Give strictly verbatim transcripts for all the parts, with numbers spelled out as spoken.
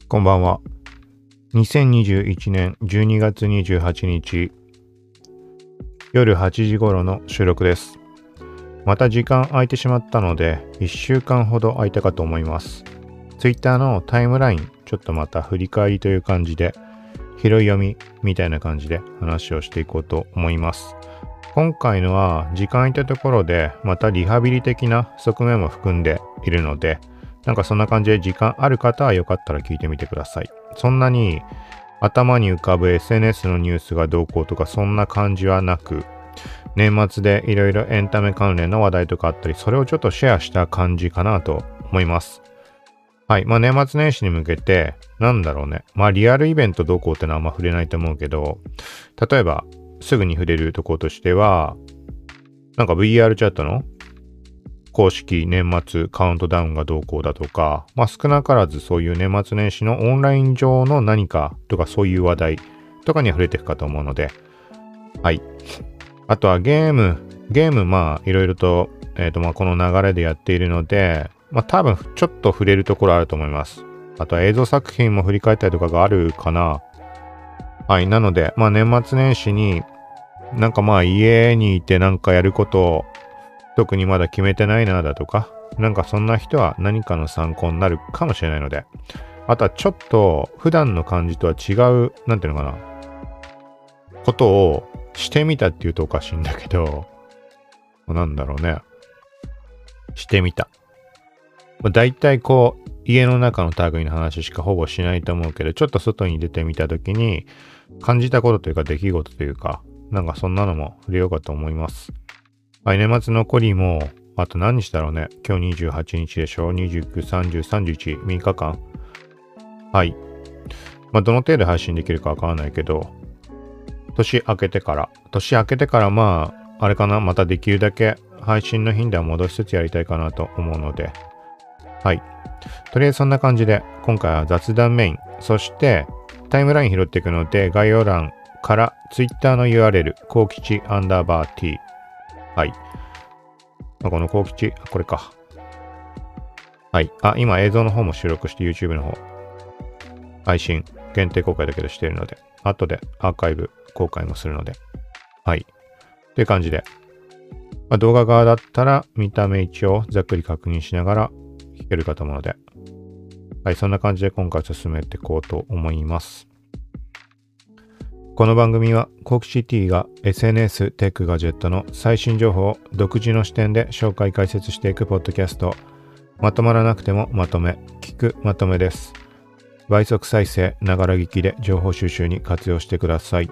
こんばんは。にせんにじゅういちねんじゅうにがつにじゅうはちにち夜はちじ頃の収録です。また時間空いてしまったのでいっしゅうかんほど空いたかと思います。Twitter のタイムラインちょっとまた振り返りという感じで拾い読みみたいな感じで話をしていこうと思います。今回のは時間空いたところでまたリハビリ的な側面も含んでいるので、なんかそんな感じで時間ある方はよかったら聞いてみてください。そんなに頭に浮かぶ エスエヌエス のニュースがどうこうとかそんな感じはなく、年末でいろいろエンタメ関連の話題とかあったり、それをちょっとシェアした感じかなと思います。はい。まあ年末年始に向けて、なんだろうね。まあリアルイベントどうこうってのはあんま触れないと思うけど、例えばすぐに触れるところとしては、なんか ブイアール チャットの公式年末カウントダウンがどうこうだとか、まあ少なからずそういう年末年始のオンライン上の何かとかそういう話題とかに触れていくかと思うので、はい。あとはゲーム、ゲームまあいろいろと、えっとまあこの流れでやっているので、まあ多分ちょっと触れるところあると思います。あとは映像作品も振り返ったりとかがあるかな。はい。なので、まあ年末年始になんかまあ家にいてなんかやることを特にまだ決めてないなだとか、なんかそんな人は何かの参考になるかもしれないので、あとはちょっと普段の感じとは違う、なんていうのかな、ことをしてみたっていうとおかしいんだけど、なんだろうね。してみた。だいたいこう、家の中の類の話しかほぼしないと思うけど、ちょっと外に出てみたときに感じたことというか出来事というか、なんかそんなのも触れようかと思います。はい、年末残りも、あと何日だろうね。今日にじゅうはちにちでしょ。にじゅうく、さんじゅう、さんじゅういち、みっかかん。はい。まあ、どの程度配信できるかわからないけど、年明けてから、年明けてからまあ、あれかな、またできるだけ配信の頻度は戻しつつやりたいかなと思うので、はい。とりあえずそんな感じで、今回は雑談メイン、そしてタイムライン拾っていくので、概要欄から Twitter の ユーアールエル、こうきちアンダーバー T、はい。この幸吉、これか。はい。あ、今映像の方も収録して YouTube の方、配信、限定公開だけどしているので、後でアーカイブ公開もするので、はい。という感じで、まあ、動画側だったら見た目一応ざっくり確認しながら弾けるかと思うので、はい。そんな感じで今回進めていこうと思います。この番組はコークシティが エスエヌエス テックガジェットの最新情報を独自の視点で紹介解説していくポッドキャスト。まとまらなくてもまとめ、聞くまとめです。倍速再生、ながら聞きで情報収集に活用してください。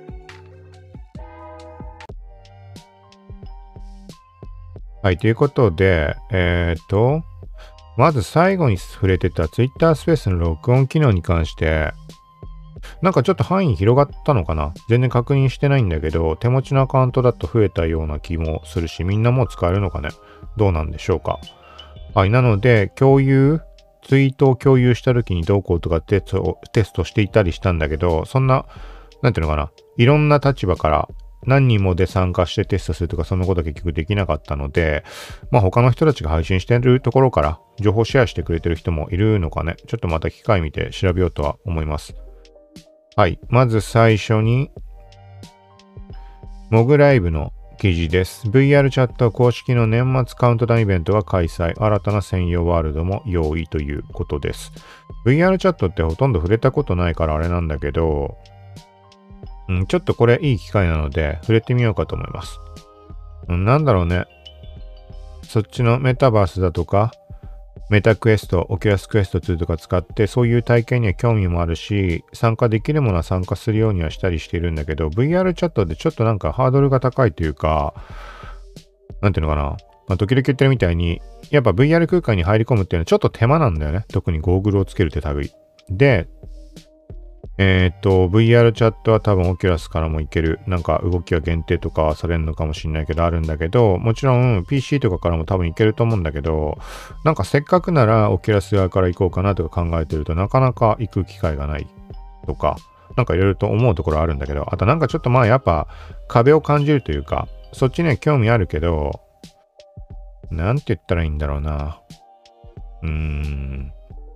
はい、ということで、えー、っと、まず最後に触れてた Twitter スペースの録音機能に関して、なんかちょっと範囲広がったのかな？全然確認してないんだけど、手持ちのアカウントだと増えたような気もするし、みんなもう使えるのかね？どうなんでしょうか？はい、なので、共有、ツイートを共有した時にどうこうとかテスト、テストしていたりしたんだけど、そんな、なんていうのかな、いろんな立場から何人もで参加してテストするとか、そんなことは結局できなかったので、まあ他の人たちが配信してるところから情報シェアしてくれてる人もいるのかね。ちょっとまた機会見て調べようとは思います。はい。まず最初に、モグライブの記事です。ブイアール チャット公式の年末カウントダウンイベントが開催。新たな専用ワールドも用意ということです。ブイアール チャットってほとんど触れたことないからあれなんだけど、うん、ちょっとこれいい機会なので触れてみようかと思います。うん、なんだろうね。そっちのメタバースだとか、メタクエスト、オキュラスクエストツーとか使ってそういう体験には興味もあるし、参加できるものは参加するようにはしたりしているんだけど、ブイアール チャットでちょっとなんかハードルが高いというか、なんていうのかな。まあ、時々言ってるみたいに、やっぱ ブイアール 空間に入り込むっていうのはちょっと手間なんだよね。特にゴーグルをつけるって類。で、えー、っと、ブイアール チャットは多分オキュラスからもいける。なんか動きは限定とかはされるのかもしれないけど、あるんだけど、もちろん ピーシー とかからも多分いけると思うんだけど、なんかせっかくならオキュラス側から行こうかなとか考えてるとなかなか行く機会がないとか、なんかいろいろと思うところあるんだけど、あとなんかちょっとまあやっぱ壁を感じるというか、そっちには興味あるけど、なんて言ったらいいんだろうな。うーん。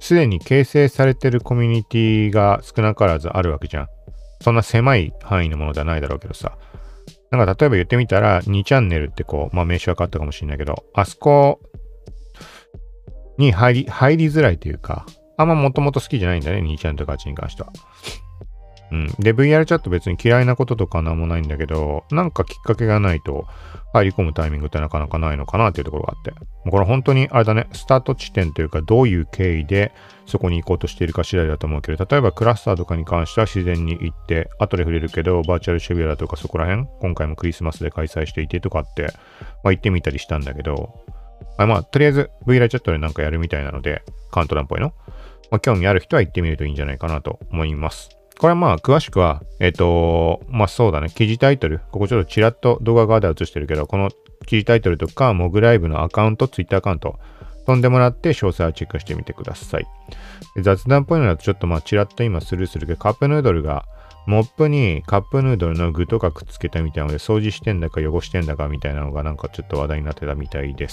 すでに形成されてるコミュニティが少なからずあるわけじゃん。そんな狭い範囲のものではないだろうけどさ。なんか例えば言ってみたら、にチャンネルってこう、まあ名称は変わったかもしれないけど、あそこに入り、入りづらいというか、あんまもともと好きじゃないんだね、にチャンネルとかはちに関しては。うん。で、ブイアール チャット別に嫌いなこととかなんもないんだけど、なんかきっかけがないと入り込むタイミングってなかなかないのかなっていうところがあって。もうこれ本当にあれだね、スタート地点というかどういう経緯でそこに行こうとしているか次第だと思うけど、例えばクラスターとかに関しては自然に行って、後で触れるけど、バーチャルシェビュラとかそこら辺、今回もクリスマスで開催していてとかって、まあ行ってみたりしたんだけど、あまあとりあえず ブイアール チャットでなんかやるみたいなので、カウントダウンっぽいの。まあ、興味ある人は行ってみるといいんじゃないかなと思います。これはまあ詳しくは、えっと、まあそうだね、記事タイトル、ここちょっとちらっと動画側では映してるけど、この記事タイトルとか、モグライブのアカウント、ツイッターアカウント、飛んでもらって詳細をチェックしてみてください。雑談っぽいのだとちょっとまあちらっと今スルーするけど、カップヌードルが、モップにカップヌードルの具とかくっつけたみたいなので、掃除してんだか汚してんだかみたいなのがなんかちょっと話題になってたみたいです。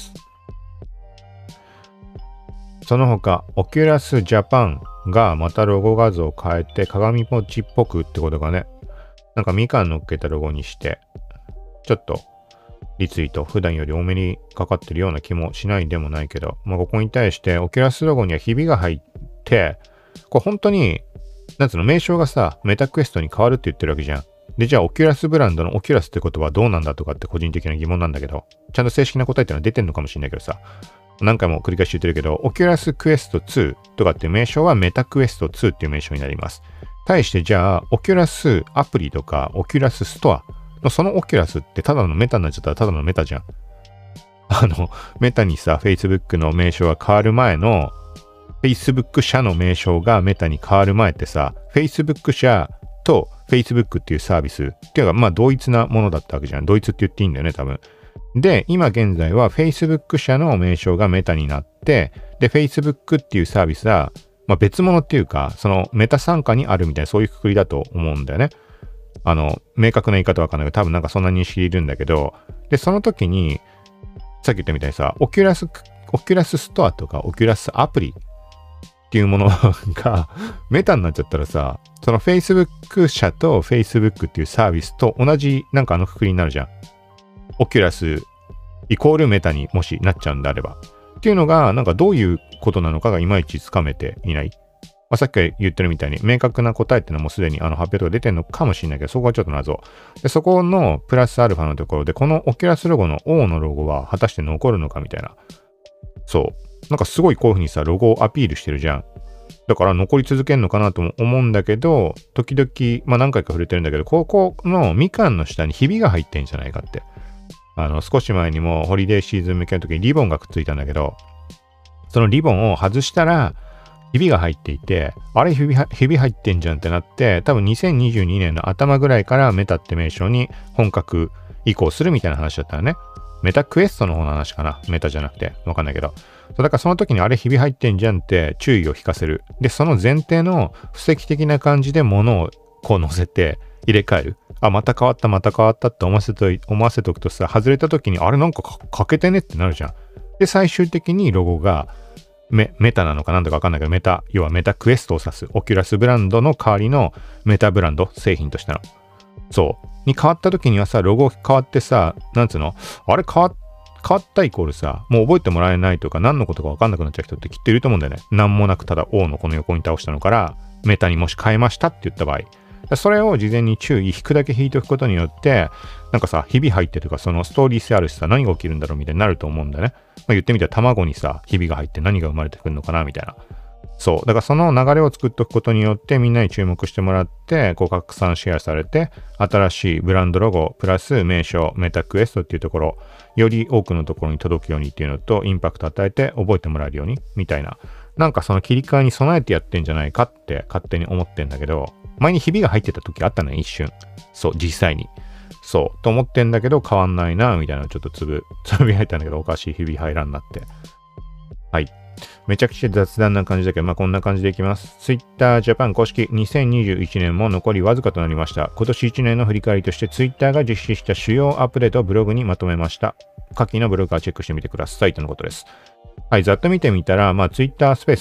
その他、オキュラスジャパンがまたロゴ画像を変えて鏡餅っぽくってことがね、なんかみかん乗っけたロゴにして、ちょっとリツイート普段より多めにかかってるような気もしないでもないけど、まあここに対してオキュラスロゴにはひびが入って、これ本当に、なんつうの、名称がさ、メタクエストに変わるって言ってるわけじゃん。で、じゃあオキュラスブランドのオキュラスって言葉はどうなんだとかって個人的な疑問なんだけど、ちゃんと正式な答えってのは出てんのかもしれないけどさ、何回も繰り返し言ってるけど、オキュラスクエストツーとかっていう名称はメタクエストツーっていう名称になります。対してじゃあ、オキュラスアプリとか、オキュラスストアのそのオキュラスってただのメタになっちゃったらただのメタじゃん。あの、メタにさ、Facebook の名称が変わる前の、Facebook 社の名称がメタに変わる前ってさ、Facebook 社と Facebook っていうサービスっていうのがまあ同一なものだったわけじゃん。同一って言っていいんだよね、多分。で、今現在は Facebook 社の名称がメタになって、で、Facebook っていうサービスは、まあ、別物っていうか、そのメタ傘下にあるみたいな、そういうくくりだと思うんだよね。あの、明確な言い方わかんないけど、多分なんかそんな認識でいるんだけど、で、その時に、さっき言ったみたいにさ、オキュラス、オキュラスストアとか、オキュラスアプリっていうものがメタになっちゃったらさ、その Facebook 社と Facebook っていうサービスと同じなんかあのくくりになるじゃん。オキュラスイコールメタにもしなっちゃうんであれば。っていうのが、なんかどういうことなのかがいまいちつかめていない。まあ、さっきから言ってるみたいに、明確な答えっていうのはもうすでにあの発表とか出てるのかもしれないけど、そこはちょっと謎。で、そこのプラスアルファのところで、このオキュラスロゴの O のロゴは果たして残るのかみたいな。そう。なんかすごいこういう風にさ、ロゴをアピールしてるじゃん。だから残り続けるのかなとも思うんだけど、時々、まあ何回か触れてるんだけど、ここのみかんの下にひびが入ってんじゃないかって。あの、少し前にもホリデーシーズン向けの時にリボンがくっついたんだけど、そのリボンを外したら、ひびが入っていて、あれひび、ひび入ってんじゃんってなって、多分にせんにじゅうにねんの頭ぐらいからメタって名称に本格移行するみたいな話だったよね。メタクエストの方の話かな。メタじゃなくて。わかんないけど。そうだからその時にあれひび入ってんじゃんって注意を引かせる。で、その前提の布石的な感じで物をこう乗せて入れ替える。あ、また変わった、また変わったって思わせと、思わせとくとさ、外れた時にあれなんか欠けてねってなるじゃん。で、最終的にロゴがメ、メタなのかなんとかわかんないけど、メタ、要はメタクエストを指す。オキュラスブランドの代わりのメタブランド、製品としての。そう。に変わった時にはさ、ロゴ変わってさ、なんつうのあれ変わっ変わったイコールさ、もう覚えてもらえないとか何のことか分かんなくなっちゃう人ってきっといると思うんだよね。なんもなくただ O のこの横に倒したのからメタにもし変えましたって言った場合、それを事前に注意引くだけ引いておくことによって、なんかさ、ひび入ってとかそのストーリー性あるしさ、何が起きるんだろうみたいになると思うんだよね。まあ、言ってみたら卵にさ、ひびが入って何が生まれてくるのかなみたいな。そう。だからその流れを作っておくことによってみんなに注目してもらって、こう拡散シェアされて、新しいブランドロゴ、プラス名称、メタクエストっていうところ、より多くのところに届くようにっていうのと、インパクト与えて覚えてもらえるように、みたいな。なんかその切り替えに備えてやってんじゃないかって勝手に思ってんだけど、前にひびが入ってた時あったのよ、一瞬。そう、実際に。そう、と思ってんだけど変わんないな、みたいなちょっとつぶ、つぶやいたんだけど、おかしいひび入らんなって。はい。めちゃくちゃ雑談な感じだけど、まあこんな感じでいきます。Twitter Japan 公式にせんにじゅういちねんも残りわずかとなりました。今年いちねんの振り返りとして Twitter が実施した主要アップデートをブログにまとめました。下記のブログからチェックしてみてくださいとのことです。はい、ざっと見てみたら、まあ Twitter スペース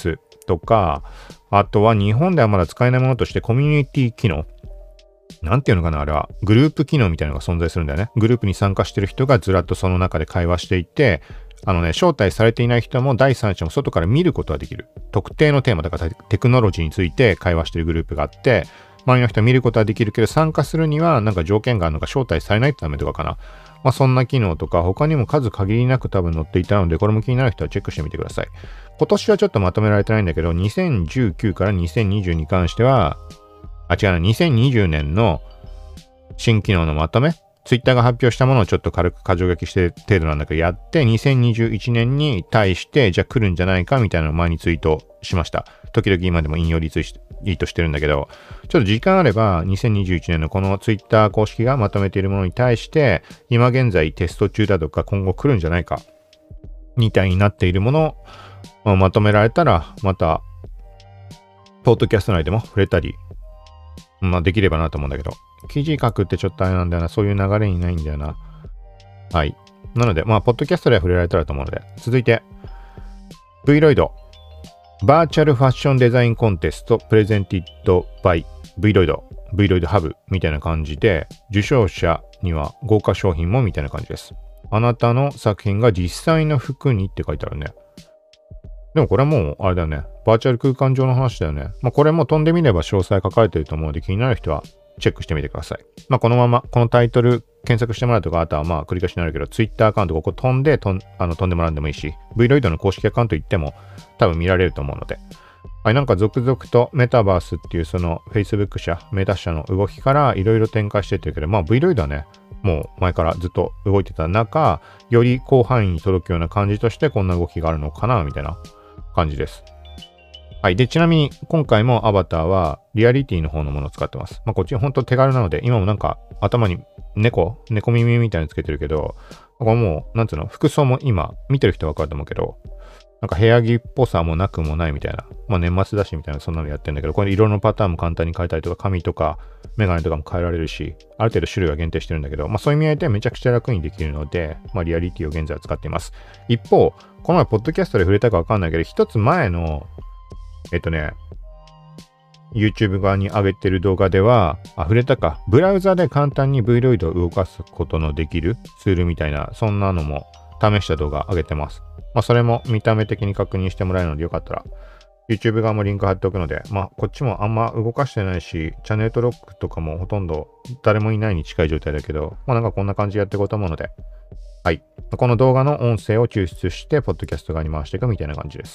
とか、あとは日本ではまだ使えないものとしてコミュニティ機能。なんていうのかなあれは。グループ機能みたいなのが存在するんだよね。グループに参加してる人がずらっとその中で会話していて、あのね、招待されていない人も第三者も外から見ることができる。特定のテーマだからテクノロジーについて会話してるグループがあって、周りの人は見ることはできるけど、参加するにはなんか条件があるのか招待されないとダメとかかな。まあそんな機能とか他にも数限りなく多分載っていたので、これも気になる人はチェックしてみてください。今年はちょっとまとめられてないんだけど、にせんじゅうきゅうからにせんにじゅうに関しては、あ、違うな、にせんにじゅうねんの新機能のまとめ、ツイッターが発表したものをちょっと軽く箇条書きしてる程度なんだけどやって、にせんにじゅういちねんに対してじゃあ来るんじゃないかみたいなのを前にツイートしました。時々今でも引用リツイートしてるんだけど、ちょっと時間あればにせんにじゅういちねんのこのツイッター公式がまとめているものに対して、今現在テスト中だとか今後来るんじゃないかみたいになっているものをまとめられたら、またポッドキャスト内でも触れたり、まあできればなと思うんだけど、記事書くってちょっとあれなんだよな。そういう流れにないんだよな。はい。なので、まあ、ポッドキャストでは触れられたらと思うので。続いて、Vroid。バーチャルファッションデザインコンテストプレゼンティッドバイ Vroid。Vroid Hub みたいな感じで、受賞者には豪華商品もみたいな感じです。あなたの作品が実際の服にって書いてあるね。でもこれはもう、あれだよね。バーチャル空間上の話だよね。まあ、これも飛んでみれば詳細書かれてると思うので、気になる人はチェックしてみてください。まあ、このまま、このタイトル検索してもらうとか、あとはまあ繰り返しになるけど、Twitter アカウントここ飛んでとんあの飛んでもらうんでもいいし、Vroid の公式アカウント行っても多分見られると思うので。はい、なんか続々とメタバースっていうその Facebook 社、メタ社の動きからいろいろ展開してってるけど、まあ Vroid はね、もう前からずっと動いてた中、より広範囲に届くような感じとしてこんな動きがあるのかな、みたいな感じです。はい。で、ちなみに今回もアバターはリアリティの方のものを使ってます。まあこっちほんと手軽なので、今もなんか頭に猫、猫耳みたいにつけてるけど、これもう、なんつうの、服装も今見てる人はわかると思うけど、なんか部屋着っぽさもなくもないみたいな。まあ年末だしみたいな、そんなのやってんだけど、これ色のパターンも簡単に変えたりとか、髪とかメガネとかも変えられるし、ある程度種類は限定してるんだけど、まあそういう意味合いでめちゃくちゃ楽にできるので、まあリアリティを現在は使っています。一方、この前ポッドキャストで触れたかわかんないけど、一つ前の、えっとね、YouTube 側に上げてる動画では、あ、触れたか。ブラウザで簡単に Vroid を動かすことのできるツールみたいな、そんなのも試した動画上げてます。まあ、それも見た目的に確認してもらえるのでよかったら、YouTube 側もリンク貼っておくので、まあ、こっちもあんま動かしてないし、チャンネル登録とかもほとんど誰もいないに近い状態だけど、まあ、なんかこんな感じでやっていこうと思うので、はい。この動画の音声を抽出して、ポッドキャスト側に回していくみたいな感じです。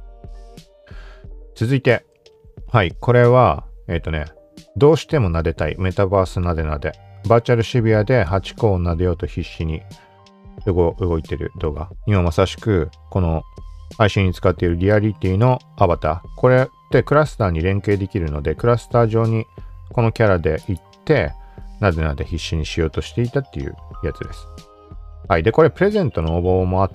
続いて、はい、これは、えっとね、どうしても撫でたい、メタバースなでなで、バーチャル渋谷でハチ公を撫でようと必死に動、動いてる動画。今まさしく、この配信に使っているリアリティのアバター。これってクラスターに連携できるので、クラスター上にこのキャラで行って、なでなで必死にしようとしていたっていうやつです。はい。で、これプレゼントの応募もあって、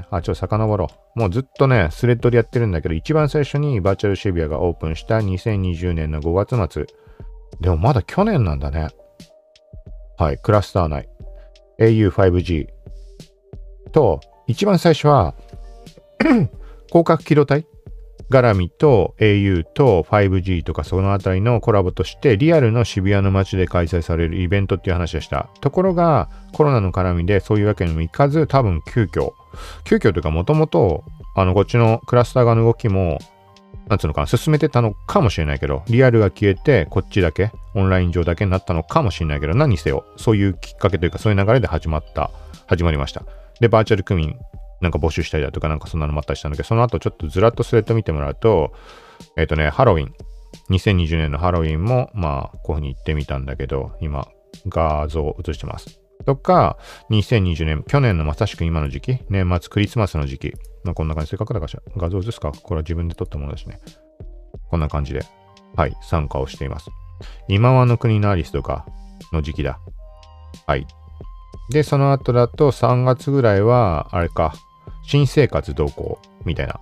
あ、ちょっと遡ろう。もうずっとね、スレッドでやってるんだけど、一番最初にバーチャル渋谷がオープンしたにせんにじゅうねんのごがつ末。でもまだ去年なんだね。はい。クラスター内。エーユーファイブジー と、一番最初は、広角機動隊絡みと エーユー と ファイブジー とかそのあたりのコラボとしてリアルの渋谷の街で開催されるイベントっていう話でした。ところがコロナの絡みでそういうわけにもいかず多分急遽、急遽というかもともとあのこっちのクラスター側の動きもなんつうのかな進めてたのかもしれないけどリアルが消えてこっちだけオンライン上だけになったのかもしれないけど何にせよそういうきっかけというかそういう流れで始まった始まりました。でバーチャル区民なんか募集したりだとかなんかそんなのもあったりしたんだけど、その後ちょっとずらっとスレッド見てもらうと、えっとね、ハロウィン。にせんにじゅうねんのハロウィンも、まあ、こういう風に行ってみたんだけど、今、画像を映してます。とか、にせんにじゅうねん、去年のまさしく今の時期、年末クリスマスの時期。まあ、こんな感じ。せっかくだから画像映すかこれは自分で撮ったものですね。こんな感じで、はい、参加をしています。今はの国のアリスとかの時期だ。はい。で、その後だとさんがつぐらいは、あれか、新生活同行みたいな。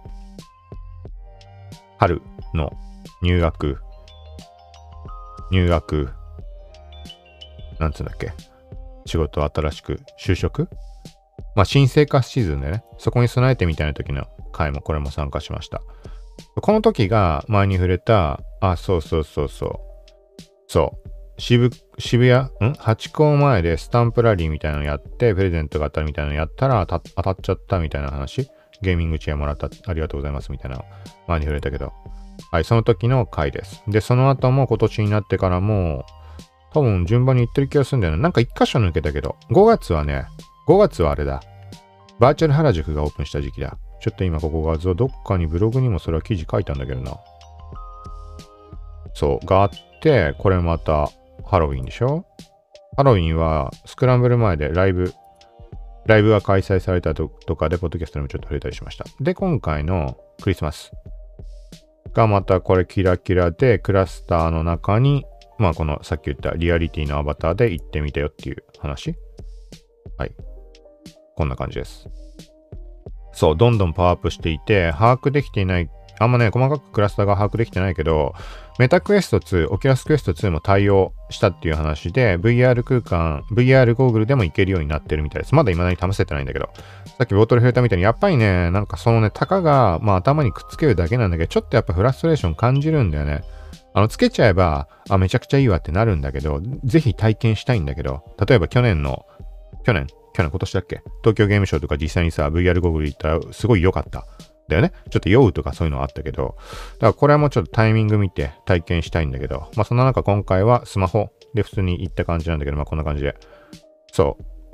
春の入学、入学、なんつうんだっけ。仕事新しく就職まあ新生活シーズンでね、そこに備えてみたいな時の回もこれも参加しました。 この時が前に触れた、あ、そうそうそうそう。そう。渋、渋谷んハチ公前でスタンプラリーみたいなのやって、プレゼントが当たるみたいなのやったら当たっちゃったみたいな話。ゲーミングチェアもらった、ありがとうございますみたいな前に触れたけど。はい、その時の回です。で、その後も今年になってからも、多分順番に行ってる気がするんだよね。なんか一箇所抜けたけど、ごがつはね、ごがつはあれだ。バーチャル原宿がオープンした時期だ。ちょっと今ここ画像どっかにブログにもそれは記事書いたんだけどな。そう、があって、これまたハロウィンでしょ？ハロウィンはスクランブル前でライブ、ライブが開催されたとかで、ポッドキャストでもちょっと触れたりしました。で、今回のクリスマスがまたこれキラキラで、クラスターの中に、まあこのさっき言ったリアリティのアバターで行ってみたよっていう話。はい。こんな感じです。そう、どんどんパワーアップしていて、把握できていない、あんまね、細かくクラスターが把握できてないけど、メタクエストツー、オキュラスクエストツーも対応したっていう話で、ブイアール 空間、ブイアール ゴーグルでもいけるようになってるみたいです。まだ未だに試せてないんだけど、さっきボトル触れたみたいに、やっぱりね、なんかそのね、タカが、まあ頭にくっつけるだけなんだけど、ちょっとやっぱフラストレーション感じるんだよね。あの、つけちゃえば、あ、めちゃくちゃいいわってなるんだけど、ぜひ体験したいんだけど、例えば去年の、去年、去年今年だっけ東京ゲームショウとか実際にさ、ブイアール ゴーグル行ったらすごい良かった。だよね。ちょっと酔うとかそういうのはあったけど、だからこれはもうちょっとタイミング見て体験したいんだけど、まあそんな中今回はスマホで普通に行った感じなんだけど、まあこんな感じで。そう。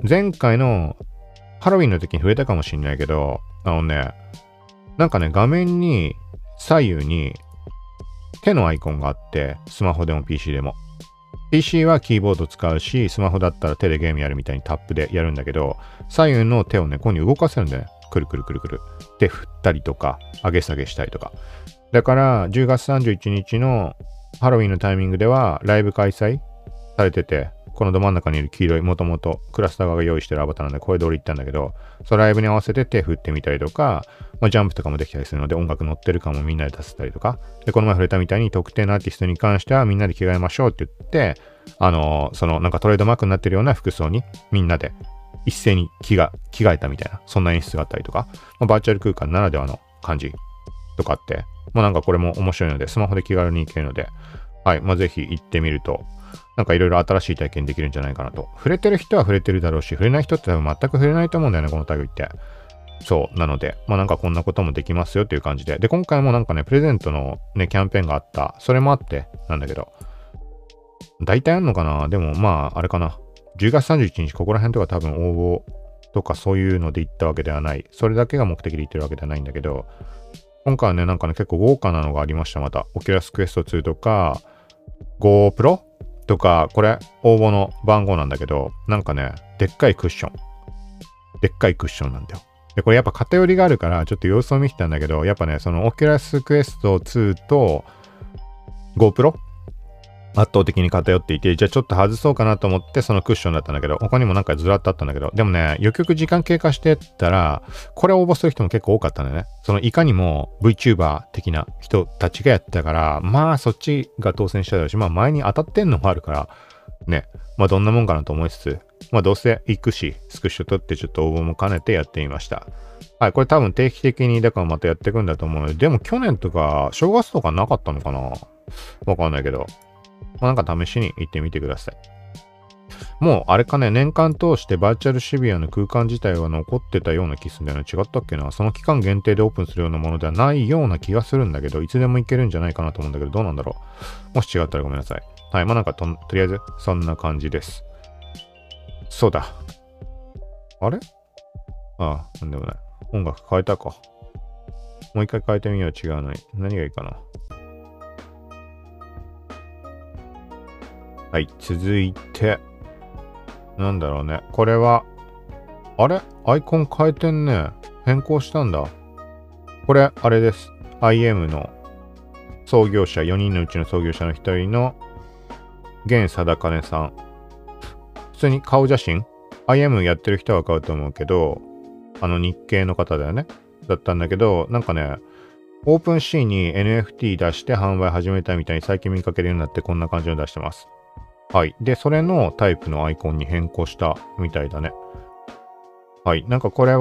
前回のハロウィンの時に触れたかもしんないけど、あのね、なんかね、画面に左右に手のアイコンがあって、スマホでも ピーシー でも。ピーシー はキーボード使うし、スマホだったら手でゲームやるみたいにタップでやるんだけど、左右の手をね、ここに動かせるんだよね。くるくるくるくる。手振ったりとか、上げ下げしたりとか。だから、じゅうがつさんじゅういちにちのハロウィンのタイミングでは、ライブ開催されてて、このど真ん中にいる黄色い、もともとクラスターが用意してるアバターなんで、これで俺行ったんだけど、そのライブに合わせて手振ってみたりとか、まあ、ジャンプとかもできたりするので、音楽乗ってるかもみんなで出せたりとか。で、この前触れたみたいに特定のアーティストに関してはみんなで着替えましょうって言って、あのー、そのなんかトレードマークになってるような服装にみんなで一斉に着が着替えたみたいな、そんな演出があったりとか、まあ、バーチャル空間ならではの感じとかって、まあなんかこれも面白いので、スマホで気軽に行けるので、はい、まあぜひ行ってみると、なんかいろいろ新しい体験できるんじゃないかなと。触れてる人は触れてるだろうし、触れない人って多分全く触れないと思うんだよね、この類って。そう。なので、まあなんかこんなこともできますよっていう感じで。で、今回もなんかね、プレゼントのね、キャンペーンがあった。それもあって、なんだけど。大体あんのかな？でもまあ、あれかな。じゅうがつさんじゅういちにち、ここら辺とか多分応募とかそういうので行ったわけではない。それだけが目的で行ってるわけではないんだけど、今回はね、なんかね、結構豪華なのがありました、また。オキュラスクエストツーとか、GoPro とか、これ、応募の番号なんだけど、なんかね、でっかいクッション。でっかいクッションなんだよ。で、これやっぱ偏りがあるから、ちょっと様子を見てたんだけど、やっぱね、そのオキュラスクエストツーと GoPro圧倒的に偏っていて、じゃあちょっと外そうかなと思ってそのクッションだったんだけど、他にもなんかずらっとあったんだけど、でもね、よくよく時間経過してったら、これ応募する人も結構多かったんだよね。そのいかにも VTuber 的な人たちがやってたから、まあそっちが当選しただろうし、まあ前に当たってんのもあるから、ね、まあどんなもんかなと思いつつ、まあどうせ行くし、スクショ撮ってちょっと応募も兼ねてやってみました。はい、これ多分定期的にだからまたやっていくんだと思うので、でも去年とか正月とかなかったのかな？わかんないけど、まあ、なんか試しに行ってみてください。もうあれかね、年間通してバーチャル渋谷の空間自体は残ってたような気するんだよね。違ったっけな？その期間限定でオープンするようなものではないような気がするんだけど、いつでも行けるんじゃないかなと思うんだけど、どうなんだろう。もし違ったらごめんなさい。はい、まあなんかと、とりあえずそんな感じです。そうだ。あれ？ああ、なんでもない。音楽変えたか。もう一回変えてみよう。違うのに。何がいいかな。はい、続いて、なんだろうね。これは、あれ？アイコン変えてんね。変更したんだ。これ、あれです。アイエム の創業者、よにんのうちの創業者のひとりの、源貞金さん。普通に顔写真 ?アイエム やってる人はわかると思うけど、あの日系の方だよね。だったんだけど、なんかね、オープンシーに エヌエフティー 出して販売始めたみたいに最近見かけるようになってこんな感じを出してます。はい。で、それのタイプのアイコンに変更したみたいだね。はい。なんかこれは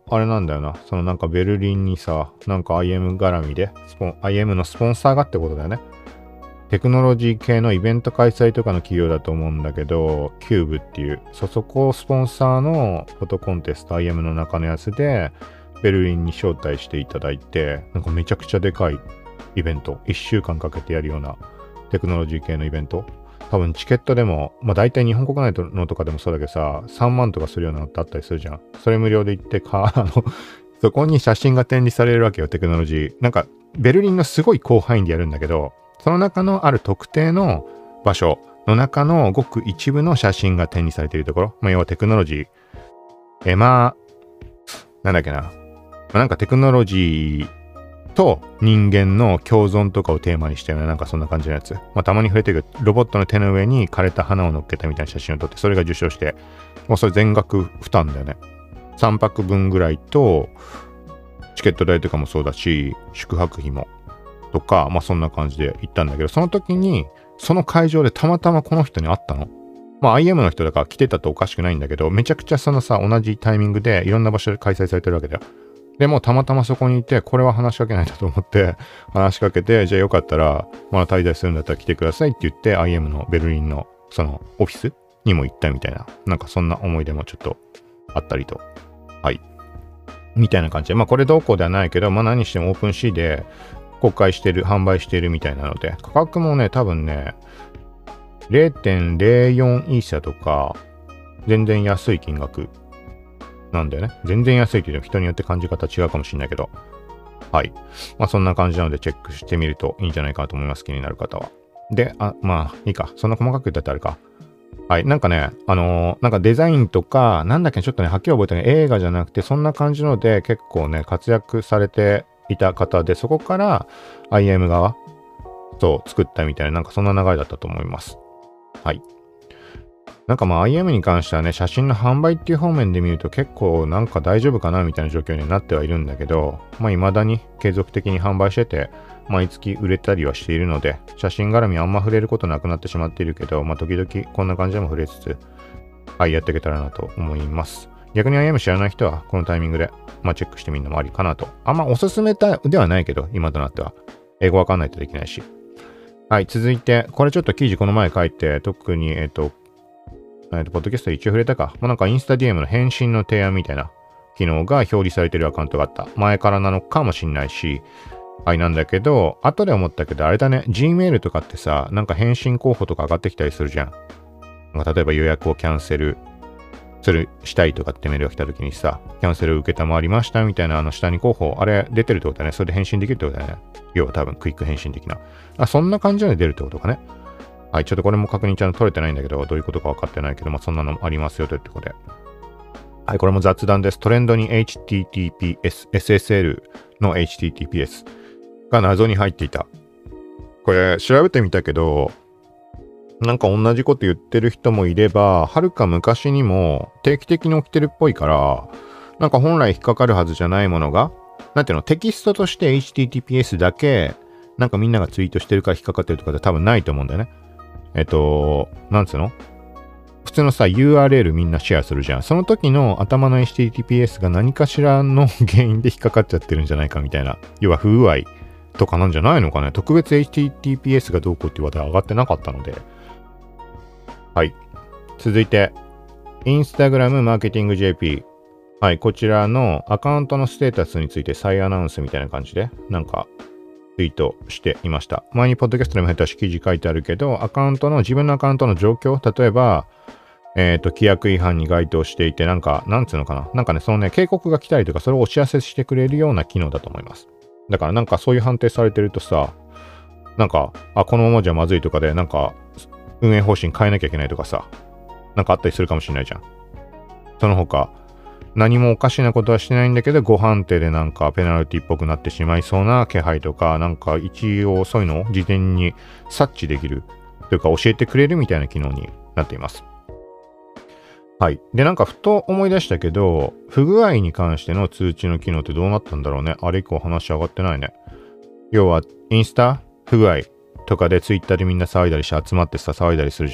あれなんだよな。そのなんかベルリンにさ、なんか アイエム 絡みで、スポン、アイエム のスポンサーがってことだよね。テクノロジー系のイベント開催とかの企業だと思うんだけど、キューブっていう、そ、そこをスポンサーのフォトコンテスト アイエム の中のやつで、ベルリンに招待していただいて、なんかめちゃくちゃでかいイベント、いっしゅうかんかけてやるようなテクノロジー系のイベント。多分チケットでも、まあ大体日本国内のとかでもそうだけどさ、さんまんとかするようなのってあったりするじゃん。それ無料で行ってか、あの、そこに写真が展示されるわけよ、テクノロジー。なんか、ベルリンのすごい広範囲でやるんだけど、その中のある特定の場所の中のごく一部の写真が展示されているところ。まあ、要はテクノロジー。え、まあ、なんだっけな。なんかテクノロジーと人間の共存とかをテーマにしたような、なんかそんな感じのやつ。まあ、たまに触れてるけど、ロボットの手の上に枯れた花を乗っけたみたいな写真を撮って、それが受賞して、もうそれ全額負担だよね。さんぱくぶんぐらいと、チケット代とかもそうだし、宿泊費も。とか、まあそんな感じで行ったんだけど、その時に、その会場でたまたまこの人に会ったの。まあ アイエム の人だから来てたとおかしくないんだけど、めちゃくちゃそのさ、同じタイミングでいろんな場所で開催されてるわけだよ。でもたまたまそこにいて、これは話しかけないとと思って、話しかけて、じゃあよかったら、まあ滞在するんだったら来てくださいって言って、アイエム のベルリンのそのオフィスにも行ったみたいな、なんかそんな思い出もちょっとあったりと。はい。みたいな感じで、まあこれどうこうではないけど、まあ何してもオープンシーで、公開してる、販売しているみたいなので、価格もね、多分ね、れいてんぜろよん イーサとか、全然安い金額なんだよね。全然安いって言うと人によって感じ方違うかもしれないけど、はい。まあそんな感じなのでチェックしてみるといいんじゃないかなと思います。気になる方は。で、あ、まあいいか。そんな細かく言ったってあれか。はい。なんかね、あのー、なんかデザインとか、なんだっけ、ちょっとね、はっきり覚えてない。映画じゃなくて、そんな感じので結構ね、活躍されて、いた方で、そこから アイエム 側と作ったみたいな、なんかそんな流れだったと思います。はい。なんかまあ アイエム に関してはね、写真の販売っていう方面で見ると結構なんか大丈夫かなみたいな状況になってはいるんだけど、まあ未だに継続的に販売してて、毎月売れたりはしているので、写真絡みあんま触れることなくなってしまっているけど、まあ時々こんな感じでも触れつつ、はい、やっていけたらなと思います。逆に アイエム 知らない人はこのタイミングで、まあ、チェックしてみるのもありかなと。あんまおすすめではないけど、今となっては。英語わかんないとできないし。はい、続いて、これちょっと記事この前書いて、特に、えっと、えっと、ポッドキャストで一応触れたか。まあ、なんかインスタ ディーエム の返信の提案みたいな機能が表示されてるアカウントがあった。前からなのかもしんないし、はい、なんだけど、後で思ったけど、あれだね、Gmail とかってさ、なんか返信候補とか上がってきたりするじゃん。なんか例えば予約をキャンセルする、したいとかってメールが来た時にさ、キャンセルを受けたまわりましたみたいなあの下に候補、あれ出てるってことだね。それで返信できるってことだね。要は多分クイック返信的な。あ、そんな感じで出るってことかね。はい、ちょっとこれも確認ちゃんと取れてないんだけど、どういうことか分かってないけど、まあそんなのありますよということで。はい、これも雑談です。トレンドに エイチティーティーピーエス、エスエスエル の エイチティーティーピーエス が謎に入っていた。これ調べてみたけど、なんか同じこと言ってる人もいれば、はるか昔にも定期的に起きてるっぽいから、なんか本来引っかかるはずじゃないものが、なんていうの、テキストとして エイチティーティーピーエス だけ、なんかみんながツイートしてるから引っかかってるとかって多分ないと思うんだよね。えっと、なんつうの普通のさ、ユーアールエル みんなシェアするじゃん。その時の頭の エイチティーティーピーエス が何かしらの原因で引っかかっちゃってるんじゃないかみたいな。要は不具合とかなんじゃないのかね。特別 エイチティーティーピーエス がどうこうっていう話題上がってなかったので。はい。続いて、Instagram マーケティング ジェーピー。はい。こちらのアカウントのステータスについて再アナウンスみたいな感じで、なんか、ツイートしていました。前にポッドキャストでも下手し記事書いてあるけど、アカウントの、自分のアカウントの状況、例えば、えっと、規約違反に該当していて、なんか、なんつうのかな。なんかね、そのね、警告が来たりとか、それをお知らせしてくれるような機能だと思います。だからなんかそういう判定されてるとさ、なんか、あ、このままじゃまずいとかで、なんか、運営方針変えなきゃいけないとかさ、なんかあったりするかもしれないじゃん。その他、何もおかしなことはしてないんだけど、誤判定でなんかペナルティっぽくなってしまいそうな気配とか、なんか一応そういうのを事前に察知できるというか教えてくれるみたいな機能になっています。はい。で、なんかふと思い出したけど、不具合に関しての通知の機能ってどうなったんだろうね。あれ以降話上がってないね。要は、インスタ不具合とかでツイッターでみんな騒いだりして集まってさ、騒いだりするじゃん。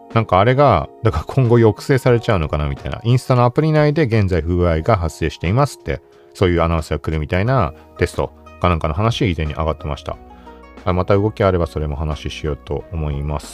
なんかあれが、だから今後抑制されちゃうのかなみたいな。インスタのアプリ内で現在不具合が発生していますって、そういうアナウンスが来るみたいなテストかなんかの話以前に上がってました。はい、また動きあればそれも話しようと思います。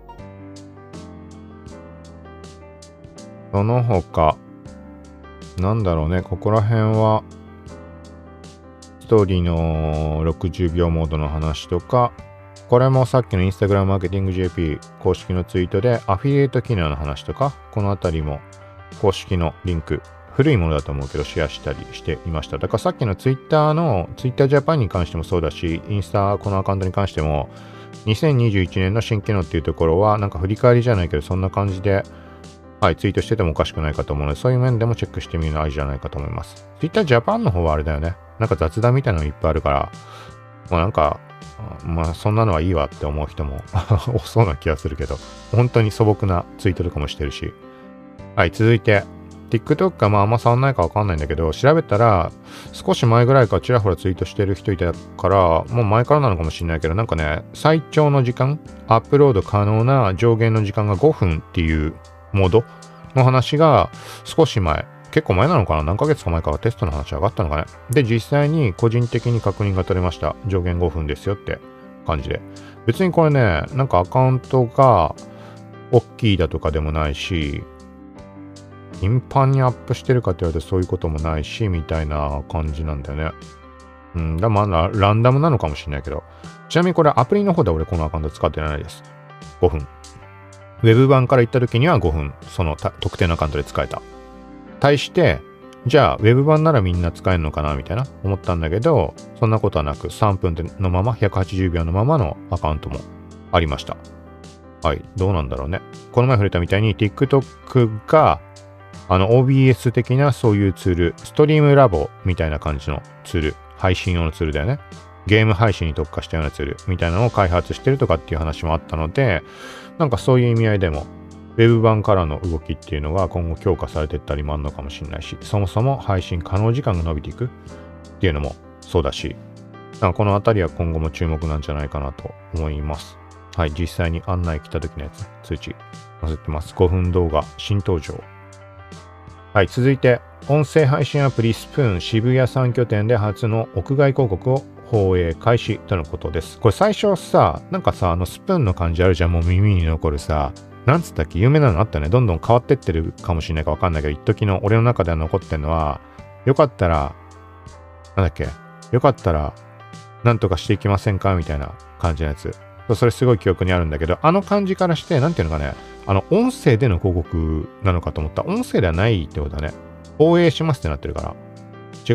その他、なんだろうね、ここら辺は、ストーリーのろくじゅうびょうモードの話とか、これもさっきのインスタグラムマーケティング ジェーピー 公式のツイートでアフィリエイト機能の話とか、このあたりも公式のリンク、古いものだと思うけどシェアしたりしていました。だからさっきのツイッターの、ツイッタージャパンに関してもそうだし、インスタこのアカウントに関しても、にせんにじゅういちねんの新機能っていうところは、なんか振り返りじゃないけど、そんな感じで、はい、ツイートしててもおかしくないかと思うので、そういう面でもチェックしてみるのありじゃないかと思います。ツイッタージャパンの方はあれだよね。なんか雑談みたいなのいっぱいあるから、まあなんか、まあそんなのはいいわって思う人も多そうな気がするけど、本当に素朴なツイートとかもしてるし。はい、続いて、TikTok がまああんま触んないかわかんないんだけど、調べたら少し前ぐらいからちらほらツイートしてる人いたから、もう前からなのかもしれないけど、なんかね、最長の時間、アップロード可能な上限の時間がごふんっていうモードの話が少し前、結構前なのかな、何ヶ月か前からテストの話上がったのかね。で、実際に個人的に確認が取れました。上限ごふんですよって感じで。別にこれね、なんかアカウントが大きいだとかでもないし、頻繁にアップしてるかって言われてそういうこともないし、みたいな感じなんだよね。うん、だまあランダムなのかもしれないけど。ちなみにこれアプリの方で俺このアカウント使ってないです。ごふん。ウェブ版から行った時にはごふん、その特定のアカウントで使えた。対して、じゃあ、ウェブ版ならみんな使えるのかなみたいな思ったんだけど、そんなことはなく、さんぷんのまま、ひゃくはちじゅうびょうのままのアカウントもありました。はい、どうなんだろうね。この前触れたみたいに、TikTok が、あの、オービーエス 的なそういうツール、ストリームラボみたいな感じのツール、配信用のツールだよね。ゲーム配信に特化したようなツールみたいなのを開発してるとかっていう話もあったので、なんかそういう意味合いでも、ウェブ版からの動きっていうのが今後強化されていったりもあるのかもしれないし、そもそも配信可能時間が伸びていくっていうのもそうだし、なんかこのあたりは今後も注目なんじゃないかなと思います。はい、実際に案内来た時のやつ、通知載せてます。ごふん動画新登場。はい、続いて、音声配信アプリスプーン渋谷さん拠点で初の屋外広告を放映開始とのことです。これ最初さ、なんかさ、あのスプーンの感じあるじゃん、もう耳に残るさ、なんつったっけ、有名なのあったね。どんどん変わってってるかもしれないかわかんないけど、一時の俺の中では残ってるのは、よかったら、なんだっけ、よかったら、なんとかしていきませんかみたいな感じのやつ。それすごい記憶にあるんだけど、あの感じからして、なんていうのかね、あの、音声での広告なのかと思ったら、音声ではないってことだね。放映しますってなってるから。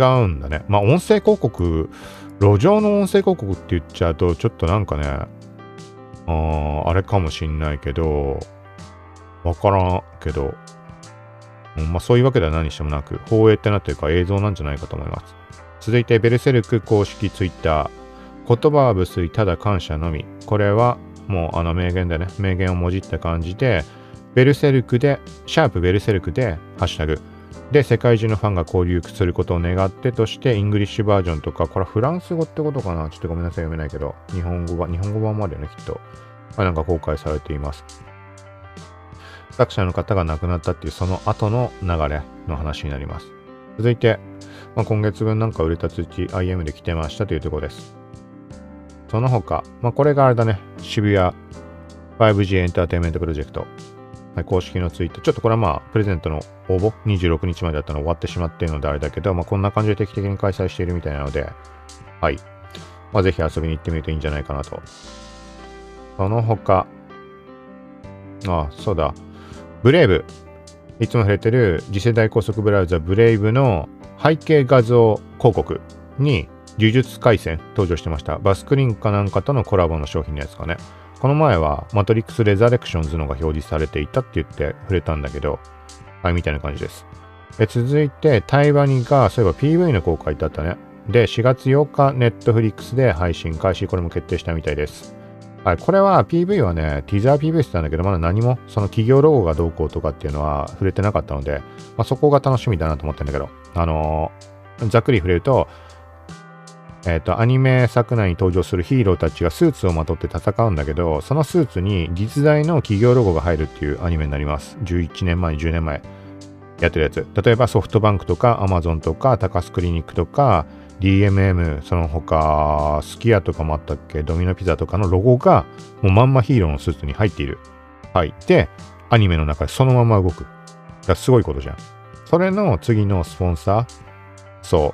違うんだね。まあ、音声広告、路上の音声広告って言っちゃうと、ちょっとなんかね、あー、あれかもしんないけど、わからんけど、うん、まあそういうわけでは何してもなく、放映ってなってるから映像なんじゃないかと思います。続いて、ベルセルク公式ツイッター。言葉は無粋、ただ感謝のみ。これはもうあの名言でね、名言をもじった感じで、ベルセルクで、シャープベルセルクで、ハッシュタグ。で、世界中のファンが交流することを願ってとして、イングリッシュバージョンとか、これはフランス語ってことかな、ちょっとごめんなさい、読めないけど、日本語版、日本語版もあるよね、きっと。まあ、なんか公開されています。作者の方が亡くなったっていうその後の流れの話になります。続いて、まあ、今月分なんか売れた通知 アイエム で来てましたというところです。その他、まあ、これがあれだね、渋谷 ファイブジー エンターテインメントプロジェクト。はい、公式のツイート。ちょっとこれはまあ、プレゼントの応募、にじゅうろくにちまでだったの終わってしまっているのであれだけど、まあ、こんな感じで定期的に開催しているみたいなので、はい。まあ、ぜひ遊びに行ってみるといいんじゃないかなと。その他、あ、そうだ。ブレイブ。いつも触れてる次世代高速ブラウザブレイブの背景画像広告に呪術廻戦登場してました。バスクリンかなんかとのコラボの商品のやつかね。この前はマトリックスレザレクションズのが表示されていたって言って触れたんだけど、はい、みたいな感じです。え続いて、タイバニがそういえば ピーブイ の公開だったね。で、しがつようか、ネットフリックスで配信開始、これも決定したみたいです。はい、これは ピーブイ はね、ティザー ピーブイ してたんだけど、まだ何もその企業ロゴがどうこうとかっていうのは触れてなかったので、まあ、そこが楽しみだなと思ってるんだけど、あのー、ざっくり触れると、 えっと、アニメ作内に登場するヒーローたちがスーツをまとって戦うんだけど、そのスーツに実在の企業ロゴが入るっていうアニメになります。じゅういちねんまえ、じゅうねんまえやってるやつ。例えばソフトバンクとかアマゾンとか高須クリニックとか ディーエムエム、その他、スキヤとかもあったっけ、ドミノピザとかのロゴがもうまんまヒーローのスーツに入っている。はい。で、アニメの中でそのまま動く。だからすごいことじゃん。それの次のスポンサー、そう、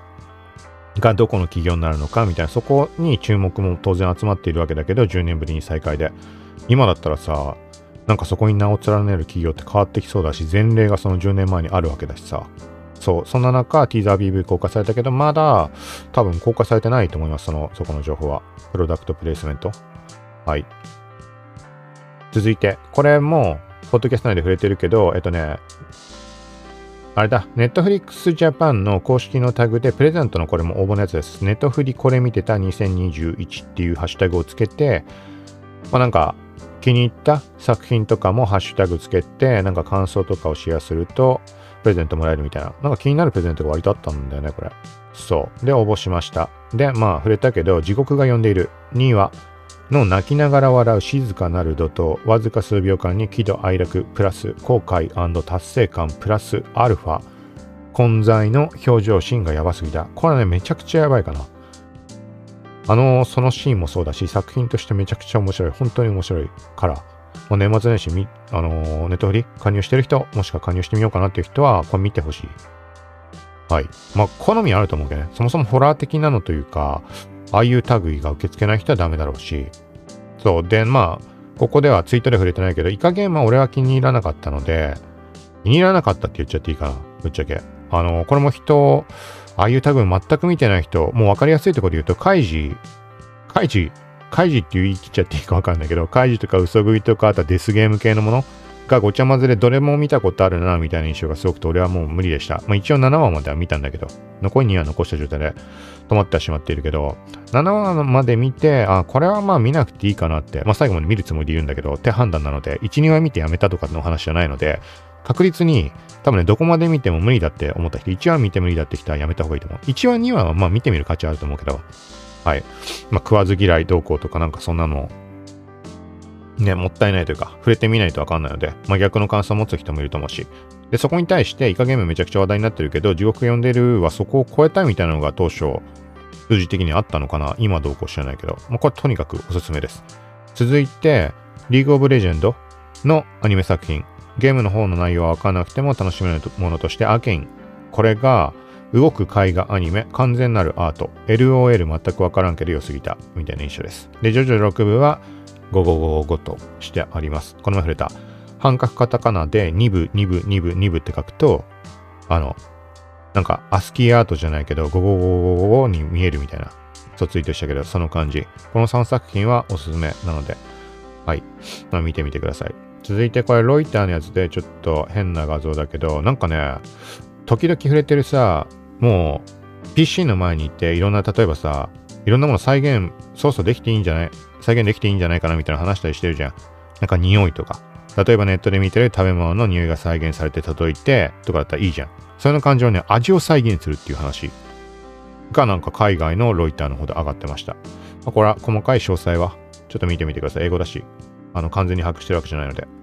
がどこの企業になるのかみたいな、そこに注目も当然集まっているわけだけど、じゅうねんぶりに再開で。今だったらさ、なんかそこに名を連ねる企業って変わってきそうだし、前例がそのじゅうねんまえにあるわけだしさ。そう、そんな中、ティーザー ビーブイ 公開されたけど、まだ多分公開されてないと思います、その、そこの情報は。プロダクトプレイスメント。はい。続いて、これも、ポッドキャスト内で触れてるけど、えっとね、あれだ、Netflix Japan の公式のタグでプレゼントのこれも応募のやつです。ネットフリこれ見てたにせんにじゅういちっていうハッシュタグをつけて、まあなんか気に入った作品とかもハッシュタグつけて、なんか感想とかをシェアするとプレゼントもらえるみたいな。なんか気になるプレゼントが割とあったんだよね、これ。そう。で、応募しました。で、まあ触れたけど、地獄が呼んでいるにいわの泣きながら笑う静かなる怒涛、わずか数秒間に喜怒哀楽プラス後悔&達成感プラスアルファ、混在の表情シーンがやばすぎた。これね、めちゃくちゃやばいかな。あのー、そのシーンもそうだし、作品としてめちゃくちゃ面白い。本当に面白いから、まあ、年末年始み、あのー、ネットフリ加入してる人、もしくは加入してみようかなっていう人は、これ見てほしい。はい。まあ、好みあると思うけどね。そもそもホラー的なのというか、ああいう類が受け付けない人はダメだろうし。そう。で、まあ、ここではツイートで触れてないけど、イカゲームは俺は気に入らなかったので、気に入らなかったって言っちゃっていいかな。ぶっちゃけ。あの、これも人、ああいう類全く見てない人、もう分かりやすいところで言うと、カイジ、カイジ、カイジって言い切っちゃっていいか分かんないけど、カイジとかウソ食いとか、あとデスゲーム系のものがごちゃ混ぜでどれも見たことあるな、みたいな印象がすごくて、俺はもう無理でした。まあ一応ななわまでは見たんだけど、残りにわ残した状態で止まってはしまっているけど、ななわまで見て、あ、これはまあ見なくていいかなって、まあ最後まで見るつもりで言うんだけど、手判断なので、いち、にわ見てやめたとかの話じゃないので、確実に多分ね、どこまで見ても無理だって思った人、いちわ見て無理だって人はやめた方がいいと思う。いちわ、にわはまあ見てみる価値あると思うけど、はい。まあ食わず嫌いどうこうとかなんかそんなの、ね、もったいないというか、触れてみないとわかんないので、まあ逆の感想を持つ人もいると思うし、で、そこに対して、イカゲームめちゃくちゃ話題になってるけど、地獄呼んでるはそこを超えたいみたいなのが当初、数字的にあったのかな、今どうこう知らないけど、まあこれとにかくおすすめです。続いて、リーグオブレジェンドのアニメ作品。ゲームの方の内容はわからなくても楽しめるものとして、アーケイン。これが、動く絵画アニメ、完全なるアート。エルオーエル 全くわからんけど良すぎた。みたいな印象です。で、ジョジョろく部は、ごごごごとしてあります。この前触れた。半角カタカナでに部、に部、に部、に部って書くと、あの、なんか、アスキーアートじゃないけど、ごごごごごに見えるみたいな、そうツイートしたけど、その感じ。このさんさく品はおすすめなので、はい。まあ、見てみてください。続いて、これ、ロイターのやつで、ちょっと変な画像だけど、なんかね、時々触れてるさ、もう、ピーシー の前に行って、いろんな、例えばさ、いろんなもの再現、操作できていいんじゃない再現できていいんじゃないかなみたいな話したりしてるじゃん。なんか匂いとか。例えばネットで見てる食べ物の匂いが再現されて届いて、とかだったらいいじゃん。その感じをね、味を再現するっていう話がなんか海外のロイターの方で上がってました。まあ、これは細かい詳細は、ちょっと見てみてください。英語だし、あの、完全に把握してるわけじゃないので。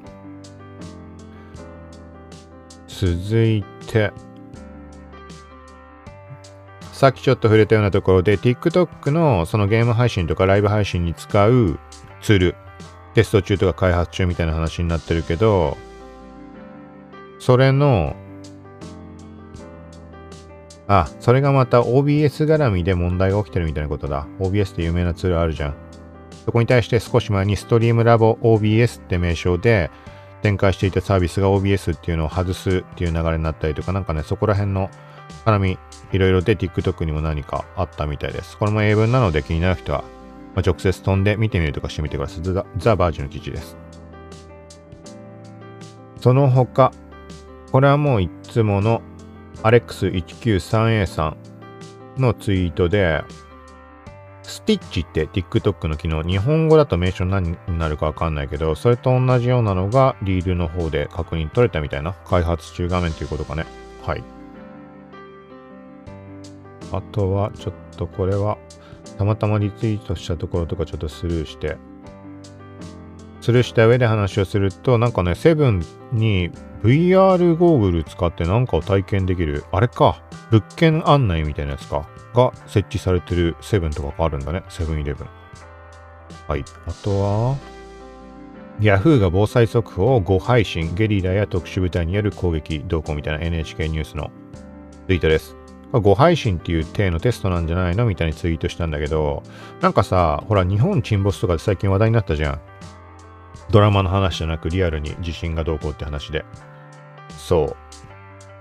続いて、さっきちょっと触れたようなところで TikTok のそのゲーム配信とかライブ配信に使うツールテスト中とか開発中みたいな話になってるけど、それのあ、それがまた オービーエス 絡みで問題が起きてるみたいなことだ。 オービーエス って有名なツールあるじゃん。そこに対して少し前にストリームラボ オービーエス って名称で展開していたサービスが オービーエス っていうのを外すっていう流れになったりとか、なんかね、そこら辺の絡みいろいろで TikTok にも何かあったみたいです。これも英文なので気になる人は、まあ、直接飛んで見てみるとかしてみてください。ザ・ザバージの記事です。その他、これはもういつもの アレックスいちきゅうさんエー さんのツイートで、スティッチって TikTok の機能、日本語だと名称何になるかわかんないけど、それと同じようなのがリールの方で確認取れたみたいな、開発中画面ということかね。はい。あとは、ちょっとこれは、 たまたまリツイートしたところとかちょっとスルーして、スルーした上で話をすると、なんかね、セブンに ブイアール ゴーグル使ってなんかを体験できる、あれか、物件案内みたいなやつか、が設置されてるセブンとかがあるんだね、セブンイレブン。はい。あとは、Yahoo が防災速報を誤配信、ゲリラや特殊部隊による攻撃動向みたいな エヌエイチケー ニュースのツイートです。誤配信っていう体のテストなんじゃないのみたいにツイートしたんだけど、なんかさ、ほら、日本沈没とかで最近話題になったじゃん。ドラマの話じゃなくリアルに地震がどうこうって話で。そう。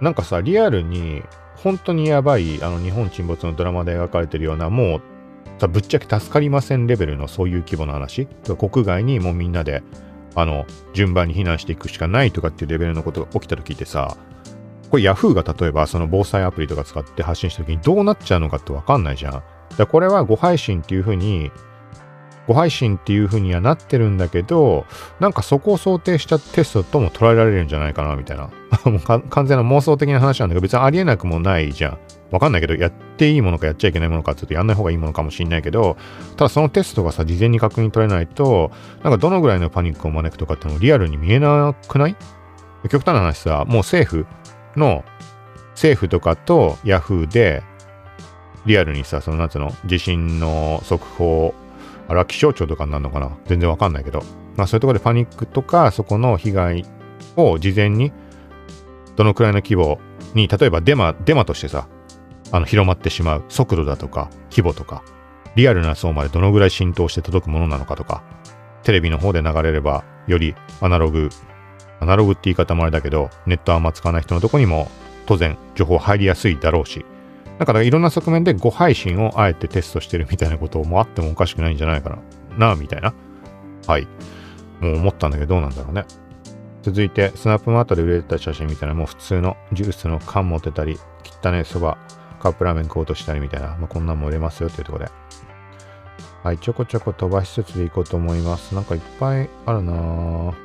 なんかさ、リアルに本当にやばいあの日本沈没のドラマで描かれてるような、もうさ、ぶっちゃけ助かりませんレベルのそういう規模の話。国外にもうみんなで、あの、順番に避難していくしかないとかっていうレベルのことが起きた時ってさ、これ Yahoo が例えばその防災アプリとか使って発信した時にどうなっちゃうのかってわかんないじゃん。だからこれは誤配信っていう風に、誤配信っていう風にはなってるんだけど、なんかそこを想定したテストとも捉えられるんじゃないかなみたいな。もう完全な妄想的な話なんだけど、別にありえなくもないじゃん。わかんないけど、やっていいものかやっちゃいけないものかって言うとやんない方がいいものかもしんないけど、ただそのテストがさ、事前に確認取れないと、なんかどのぐらいのパニックを招くとかってのもリアルに見えなくない？極端な話さ、もう政府の、政府とかと Yahoo で、リアルにさ、そのなんつうの、地震の速報、あれは気象庁とかになるのかな？全然わかんないけど、まあそういうところでパニックとか、そこの被害を事前に、どのくらいの規模に、例えばデマ、デマとしてさ、あの広まってしまう速度だとか規模とかリアルな層までどのぐらい浸透して届くものなのかとか、テレビの方で流れればよりアナログアナログって言い方もあれだけど、ネットあんま使わない人のとこにも当然情報入りやすいだろうし、だからいろんな側面で誤配信をあえてテストしてるみたいなこともあってもおかしくないんじゃないかななみたいな、はいもう思ったんだけど、どうなんだろうね。続いてスナップマートで売れてた写真みたいな、もう普通のジュースの缶持ってたり、汚ねそばカップラーメン食おうとしたりみたいな、まあ、こんなんも売れますよっていうところで、はい、ちょこちょこ飛ばしつつでいこうと思います。なんかいっぱいあるなぁ。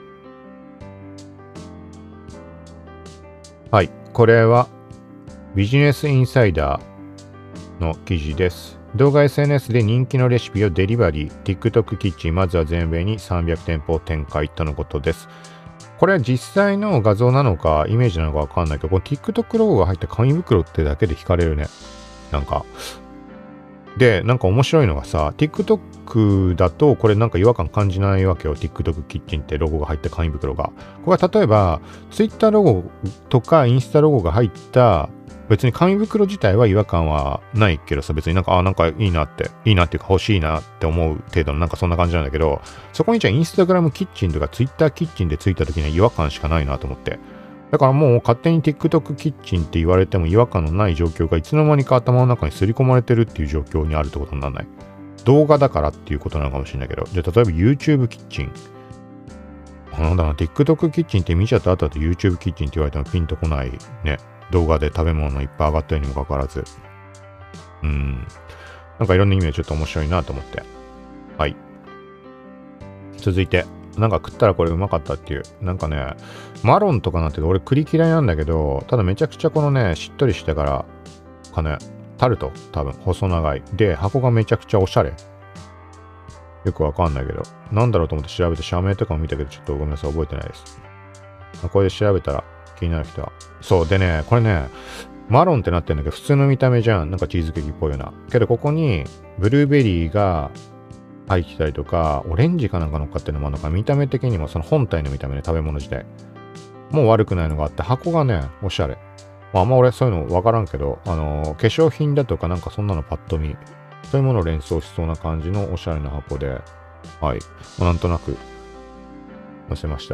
はい、これはビジネスインサイダーの記事です。動画 エスエヌエス で人気のレシピをデリバリー、TikTok キッチン、まずは全米にさんびゃく店舗展開とのことです。これは実際の画像なのかイメージなのかわかんないけど、この TikTok ロゴが入った紙袋ってだけで惹かれるね。なんか。で、なんか面白いのがさ、TikTok だとこれなんか違和感感じないわけよ。TikTok キッチンってロゴが入った紙袋が。これは例えば Twitter ロゴとかインスタロゴが入った別に紙袋自体は違和感はないけどさ、別になんか、あ、なんかいいなって、いいなっていうか欲しいなって思う程度のなんかそんな感じなんだけど、そこにじゃあインスタグラムキッチンとかツイッターキッチンでついた時には違和感しかないなと思って。だからもう勝手に TikTok キッチンって言われても違和感のない状況がいつの間にか頭の中に刷り込まれてるっていう状況にあるってことにならない。動画だからっていうことなのかもしれないけど、じゃあ例えば YouTube キッチン。なんだろうな、TikTok キッチンって見ちゃった後だと YouTube キッチンって言われてもピンとこないね。動画で食べ物いっぱい上がったようにもかかわらず。うん。なんかいろんな意味でちょっと面白いなと思って。はい。続いて、なんか食ったらこれうまかったっていう。なんかね、マロンとかなんて俺栗嫌いなんだけど、ただめちゃくちゃこのね、しっとりしてから、かね、タルト、多分細長い。で、箱がめちゃくちゃおしゃれ。よくわかんないけど、なんだろうと思って調べて社名とかも見たけど、ちょっとごめんなさい、覚えてないです。これで調べたら気になる人は。そうでね、これね、マロンってなってんだけど、普通の見た目じゃん。なんかチーズケーキっぽいような。けどここにブルーベリーが入ってたりとか、オレンジかなんか乗っかってるのもあるのか、見た目的にもその本体の見た目で、ね、食べ物自体。もう悪くないのがあって、箱がね、おしゃれ。まあ、あんま俺そういうのわからんけど、あのー、化粧品だとかなんかそんなのパッと見、そういうものを連想しそうな感じのおしゃれな箱で、はい。まあ、なんとなく載せました。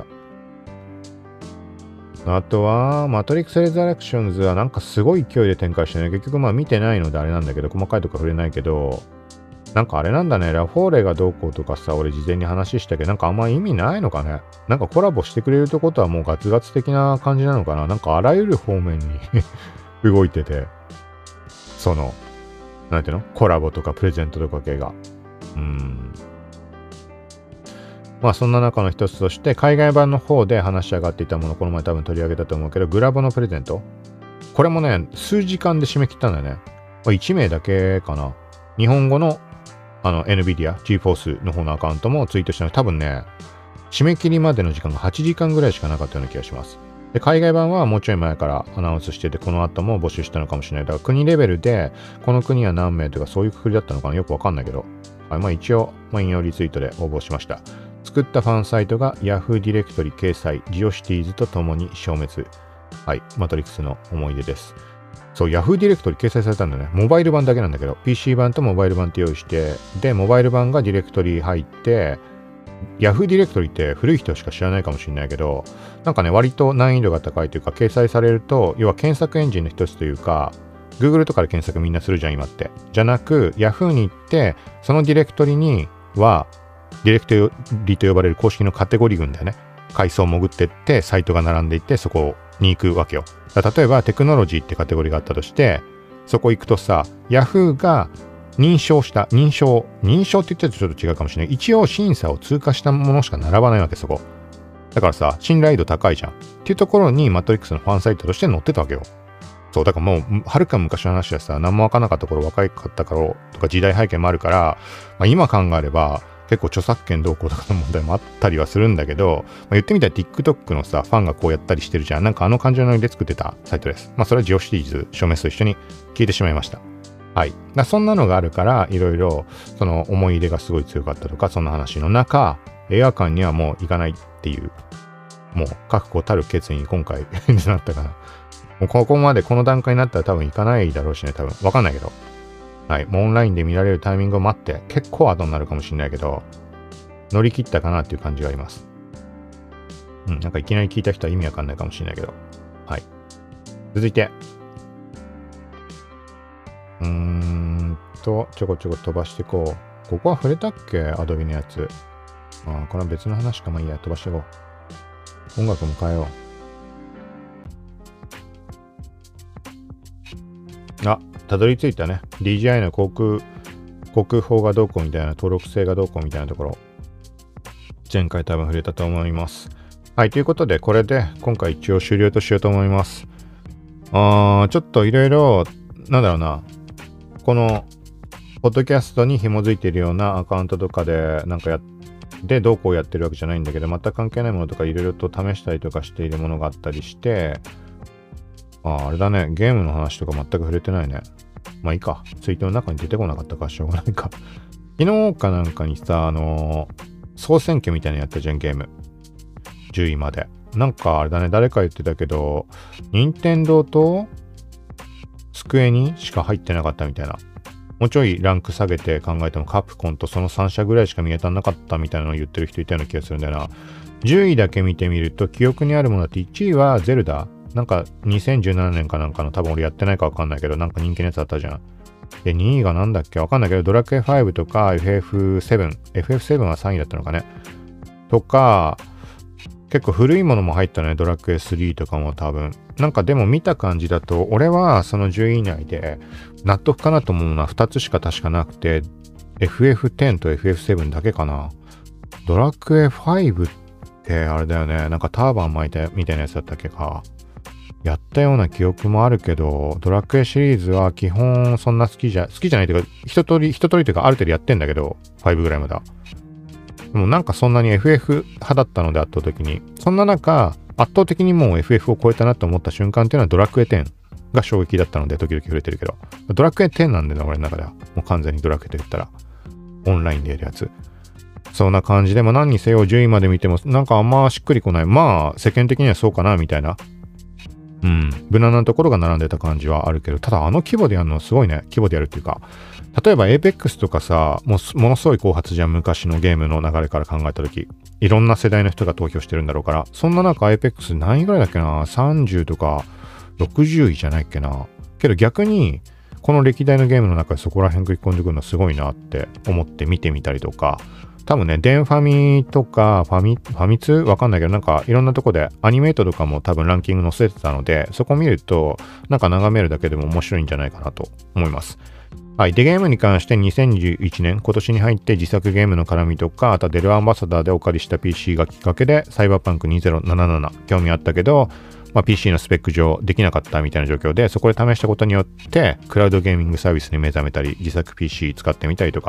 あとは、マトリックス・レザレクションズはなんかすごい勢いで展開してね、結局まあ見てないのであれなんだけど、細かいとこ触れないけど、なんかあれなんだね、ラフォーレがどうこうとかさ、俺事前に話したけど、なんかあんま意味ないのかね。なんかコラボしてくれるってことはもうガツガツ的な感じなのかな。なんかあらゆる方面に動いてて、その、なんていうの？コラボとかプレゼントとか系が。うーん。まあそんな中の一つとして、海外版の方で話し上がっていたもの、この前多分取り上げたと思うけど、グラボのプレゼント。これもね、数時間で締め切ったんだよね。まあ、いち名だけかな。日本語のあの エヌビディア、GeForce の方のアカウントもツイートしたの多分ね、締め切りまでの時間がはちじかんぐらいしかなかったような気がします。で、海外版はもうちょい前からアナウンスしてて、この後も募集したのかもしれない。だから国レベルで、この国は何名とかそういうくくりだったのかな、よくわかんないけど、はい、まあ一応、まあ、引用リツイートで応募しました。作ったファンサイトが Yahoo ディレクトリ掲載、ジオシティーズとともに消滅。はい、マトリックスの思い出です。そう、Yahoo ディレクトリ掲載されたんだね。モバイル版だけなんだけど、ピーシー 版とモバイル版って用意して、で、モバイル版がディレクトリ入って、Yahoo ディレクトリって古い人しか知らないかもしれないけど、なんかね、割と難易度が高いというか、掲載されると、要は検索エンジンの一つというか、Google とかで検索みんなするじゃん、今って。じゃなく、Yahoo に行って、そのディレクトリには、ディレクトリと呼ばれる公式のカテゴリー群だよね。階層を潜ってって、サイトが並んでいって、そこに行くわけよ。例えば、テクノロジーってカテゴリーがあったとして、そこ行くとさ、Yahoo が認証した、認証、認証って言ってるとちょっと違うかもしれない。一応審査を通過したものしか並ばないわけ、そこ。だからさ、信頼度高いじゃん。っていうところにマトリックスのファンサイトとして載ってたわけよ。そう、だからもう、はるか昔の話でさ、何もわからなかった頃、若かった頃とか時代背景もあるから、まあ、今考えれば、結構著作権どうこうとかの問題もあったりはするんだけど、まあ、言ってみたら TikTok のさ、ファンがこうやったりしてるじゃん。なんかあの感じのノリで作ってたサイトです。まあそれはジオシティーズ消滅と一緒に聞いてしまいました。はい。だそんなのがあるから、いろいろその思い入れがすごい強かったとか、そんな話の中、映画館にはもう行かないっていう、もう確固たる決意に今回なったかな。もうここまでこの段階になったら多分行かないだろうしね、多分。わかんないけど。はい。もうオンラインで見られるタイミングを待って、結構後になるかもしれないけど、乗り切ったかなっていう感じがあります。うん。なんかいきなり聞いた人は意味わかんないかもしれないけど。はい。続いて。うーんと、ちょこちょこ飛ばしていこう。ここは触れたっけ？アドビのやつ。ああ、これは別の話か。まあいいや、飛ばしていこう。音楽も変えよう。あ、たどり着いたね。ディージェーアイ の航空、航空法がどうこうみたいな、登録制がどうこうみたいなところ。前回多分触れたと思います。はい、ということで、これで今回一応終了としようと思います。あー、ちょっといろいろ、なんだろうな。この、ポッドキャストに紐づいているようなアカウントとかで、なんかやって、どうこうやってるわけじゃないんだけど、全く関係ないものとかいろいろと試したりとかしているものがあったりして、あー、あれだね。ゲームの話とか全く触れてないね。まあいいか。ツイートの中に出てこなかったからしょうがないか。昨日かなんかにさ、あのー、総選挙みたいなのやったじゃん、ゲーム。じゅういまで。なんかあれだね、誰か言ってたけど、任天堂と机にしか入ってなかったみたいな。もうちょいランク下げて考えてもカプコンとそのさん社ぐらいしか見当たらなかったみたいなのを言ってる人いたような気がするんだよな。じゅういだけ見てみると記憶にあるものだっていちいはゼルダ。なんかにせんじゅうななねんかなんかの多分俺やってないかわかんないけどなんか人気のやつあったじゃん。で、にいがなんだっけわかんないけどドラクエファイブとか エフエフセブン。エフエフセブン はさんいだったのかね。とか、結構古いものも入ったね。ドラクエスリーとかも多分。なんかでも見た感じだと、俺はそのじゅうい以内で納得かなと思うのはふたつしか確かなくて、エフエフテン と エフエフセブン だけかな。ドラクエファイブってあれだよね。なんかターバン巻いたみたいなやつだったっけか。やったような記憶もあるけど、ドラクエシリーズは基本そんな好きじゃ、好きじゃないというか、一通り、一通りというかある程度やってんだけど、ファイブぐらいまでは。でもなんかそんなに エフエフ 派だったので圧倒的に。そんな中、圧倒的にもう エフエフ を超えたなと思った瞬間っていうのはドラクエテンが衝撃だったので時々触れてるけど。ドラクエテンなんでな、俺の中では。もう完全にドラクエと言ったら。オンラインでやるやつ。そんな感じで、まあ何にせよじゅういまで見てもなんかあんましっくりこない。まあ世間的にはそうかなみたいな。うん。無難なところが並んでた感じはあるけど、ただあの規模でやるのすごいね。規模でやるっていうか。例えば エーペックス とかさ、もうものすごい後発じゃん。昔のゲームの流れから考えたとき。いろんな世代の人が投票してるんだろうから。そんな中 エーペックス 何位ぐらいだっけな ?さんじゅう とかろくじゅういじゃないっけな。けど逆に、この歴代のゲームの中でそこら辺食い込んでくるのすごいなって思って見てみたりとか。多分ね、デンファミとか、ファミ、ファミ通わかんないけど、なんかいろんなとこでアニメートとかも多分ランキング載せてたので、そこ見ると、なんか眺めるだけでも面白いんじゃないかなと思います。はい。で、ゲームに関してにせんにじゅういちねん、今年に入って自作ゲームの絡みとか、あとはデルアンバサダーでお借りした ピーシー がきっかけで、サイバーパンクにせんななじゅうなな、興味あったけど、まあ、ピーシー のスペック上できなかったみたいな状況で、そこで試したことによって、クラウドゲーミングサービスに目覚めたり、自作 ピーシー 使ってみたりとか、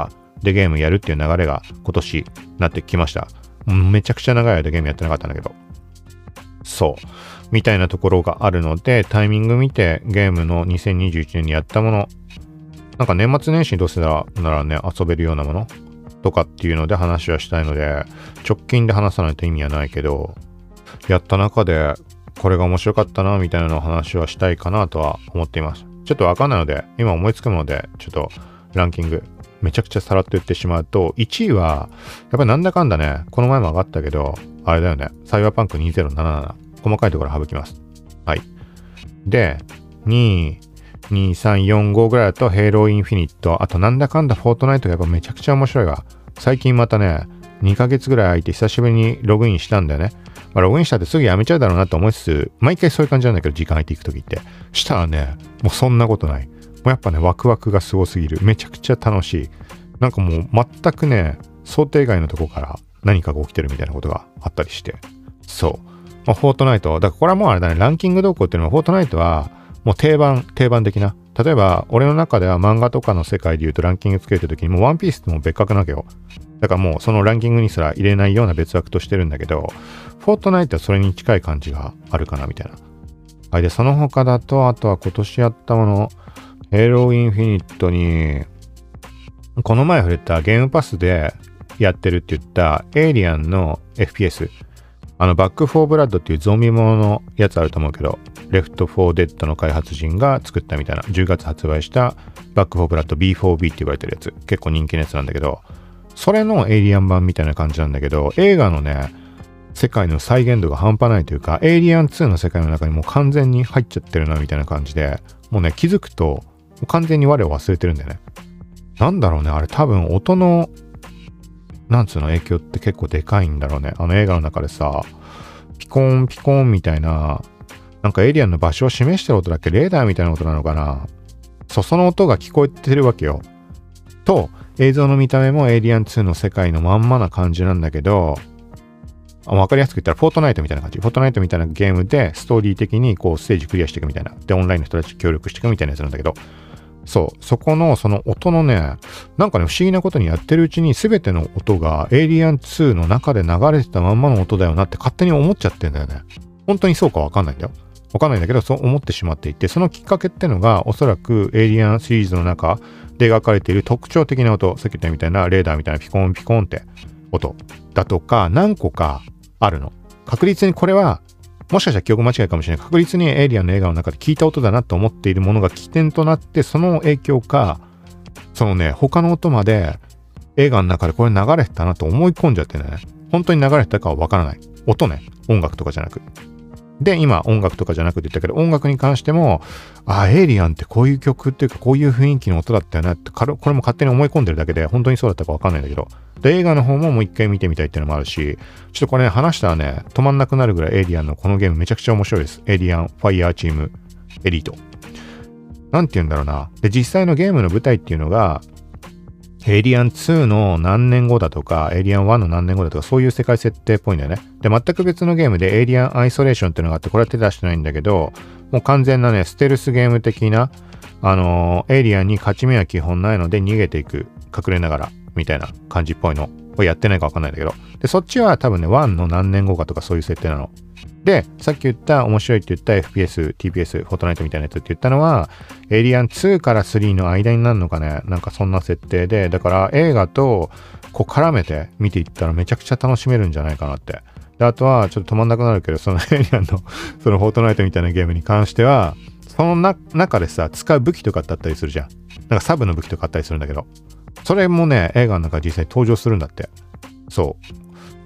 でゲームやるっていう流れが今年なってきました。めちゃくちゃ長い間ゲームやってなかったんだけど。そう。みたいなところがあるので、タイミング見てゲームのにせんにじゅういちねんにやったもの、なんか年末年始にどうせならね、遊べるようなものとかっていうので話はしたいので、直近で話さないと意味はないけど、やった中でこれが面白かったなみたいなの話はしたいかなとは思っています。ちょっとわかんないので、今思いつくので、ちょっとランキングめちゃくちゃさらっと言ってしまうと、いちいは、やっぱりなんだかんだね、この前も上がったけど、あれだよね、サイバーパンクにせんななじゅうなな。細かいところ省きます。はい。で、にい、にい、さん、よん、ごぐらいだと、ヘイローインフィニット、あとなんだかんだフォートナイトがやっぱめちゃくちゃ面白いわ。最近またね、にかげつぐらい空いて久しぶりにログインしたんだよね。まあ、ログインしたってすぐやめちゃうだろうなと思いつつ、毎回そういう感じなんだけど、時間空いていくときって。したらね、もうそんなことない。もうやっぱね、ワクワクがすごすぎる。めちゃくちゃ楽しい。なんかもう全くね、想定外のとこから何かが起きてるみたいなことがあったりして。そう。まあ、フォートナイト。だからこれはもうあれだね、ランキング動向っていうのは、フォートナイトはもう定番、定番的な。例えば、俺の中では漫画とかの世界で言うとランキングつけるときにもうワンピースってもう別格なわけよ。だからもうそのランキングにすら入れないような別枠としてるんだけど、フォートナイトはそれに近い感じがあるかなみたいな。はい。で、その他だと、あとは今年やったもの、ヘイローインフィニットに、この前触れたゲームパスでやってるって言ったエイリアンの エフピーエス。あの、バックフォーブラッドっていうゾンビもののやつあると思うけど、レフトフォーデッドの開発人が作ったみたいな、じゅうがつ発売したバックフォーブラッド ビーフォービー って言われてるやつ、結構人気のやつなんだけど、それのエイリアン版みたいな感じなんだけど、映画のね、世界の再現度が半端ないというか、エイリアンツーの世界の中にもう完全に入っちゃってるなみたいな感じで、もうね、気づくと、完全に我を忘れてるんだよね。なんだろうね、あれ多分音の、なんつうの影響って結構でかいんだろうね。あの映画の中でさ、ピコーンピコーンみたいな、なんかエイリアンの場所を示してる音だっけ、レーダーみたいな音なのかな。そ、その音が聞こえてるわけよ。と、映像の見た目もエイリアンツーの世界のまんまな感じなんだけど、わかりやすく言ったらフォートナイトみたいな感じ。フォートナイトみたいなゲームでストーリー的にこうステージクリアしていくみたいな。で、オンラインの人たち協力していくみたいなやつなんだけど、そう、そこのその音のね、なんかね、不思議なことにやってるうちに全ての音がエイリアンツーの中で流れてたまんまの音だよなって勝手に思っちゃってんだよね。本当にそうかわかんないんだよ。わかんないんだけど、そう思ってしまっていて、そのきっかけってのがおそらくエイリアンシリーズの中で描かれている特徴的な音、さっき言ったみたいなレーダーみたいなピコンピコンって音だとか何個かあるの。確実にこれはもしかしたら記憶間違いかもしれない。確実にエイリアンの映画の中で聞いた音だなと思っているものが起点となって、その影響か、そのね、他の音まで映画の中でこれ流れてたなと思い込んじゃってね、本当に流れてたかはわからない。音ね、音楽とかじゃなく。で、今音楽とかじゃなくて言ったけど、音楽に関しても、あ、エイリアンってこういう曲っていうかこういう雰囲気の音だったよなって、これも勝手に思い込んでるだけで、本当にそうだったかわかんないんだけど、で、映画の方ももう一回見てみたいっていうのもあるし、ちょっとこれね、話したらね、止まんなくなるぐらいエイリアンのこのゲームめちゃくちゃ面白いです。エイリアンファイヤーチームエリート。なんて言うんだろうな。で、実際のゲームの舞台っていうのが、エイリアンツーの何年後だとか、エイリアンワンの何年後だとか、そういう世界設定っぽいんだよね。で、全く別のゲームでエイリアンアイソレーションっていうのがあって、これは手出してないんだけど、もう完全なね、ステルスゲーム的な、あのー、エイリアンに勝ち目は基本ないので逃げていく、隠れながら、みたいな感じっぽいのをやってないかわかんないんだけど。で、そっちは多分ね、ワンの何年後かとかそういう設定なの。で、さっき言った面白いって言った エフピーエス、ティーピーエス、フォートナイトみたいなやつって言ったのは、エイリアンツーからスリーの間になるのかね、なんかそんな設定で、だから映画とこう絡めて見ていったらめちゃくちゃ楽しめるんじゃないかなって。で、あとはちょっと止まんなくなるけど、そのエイリアンのそのフォートナイトみたいなゲームに関しては、そのな中でさ、使う武器とかってあったりするじゃん。なんかサブの武器とかあったりするんだけど、それもね、映画の中で実際登場するんだって。そう。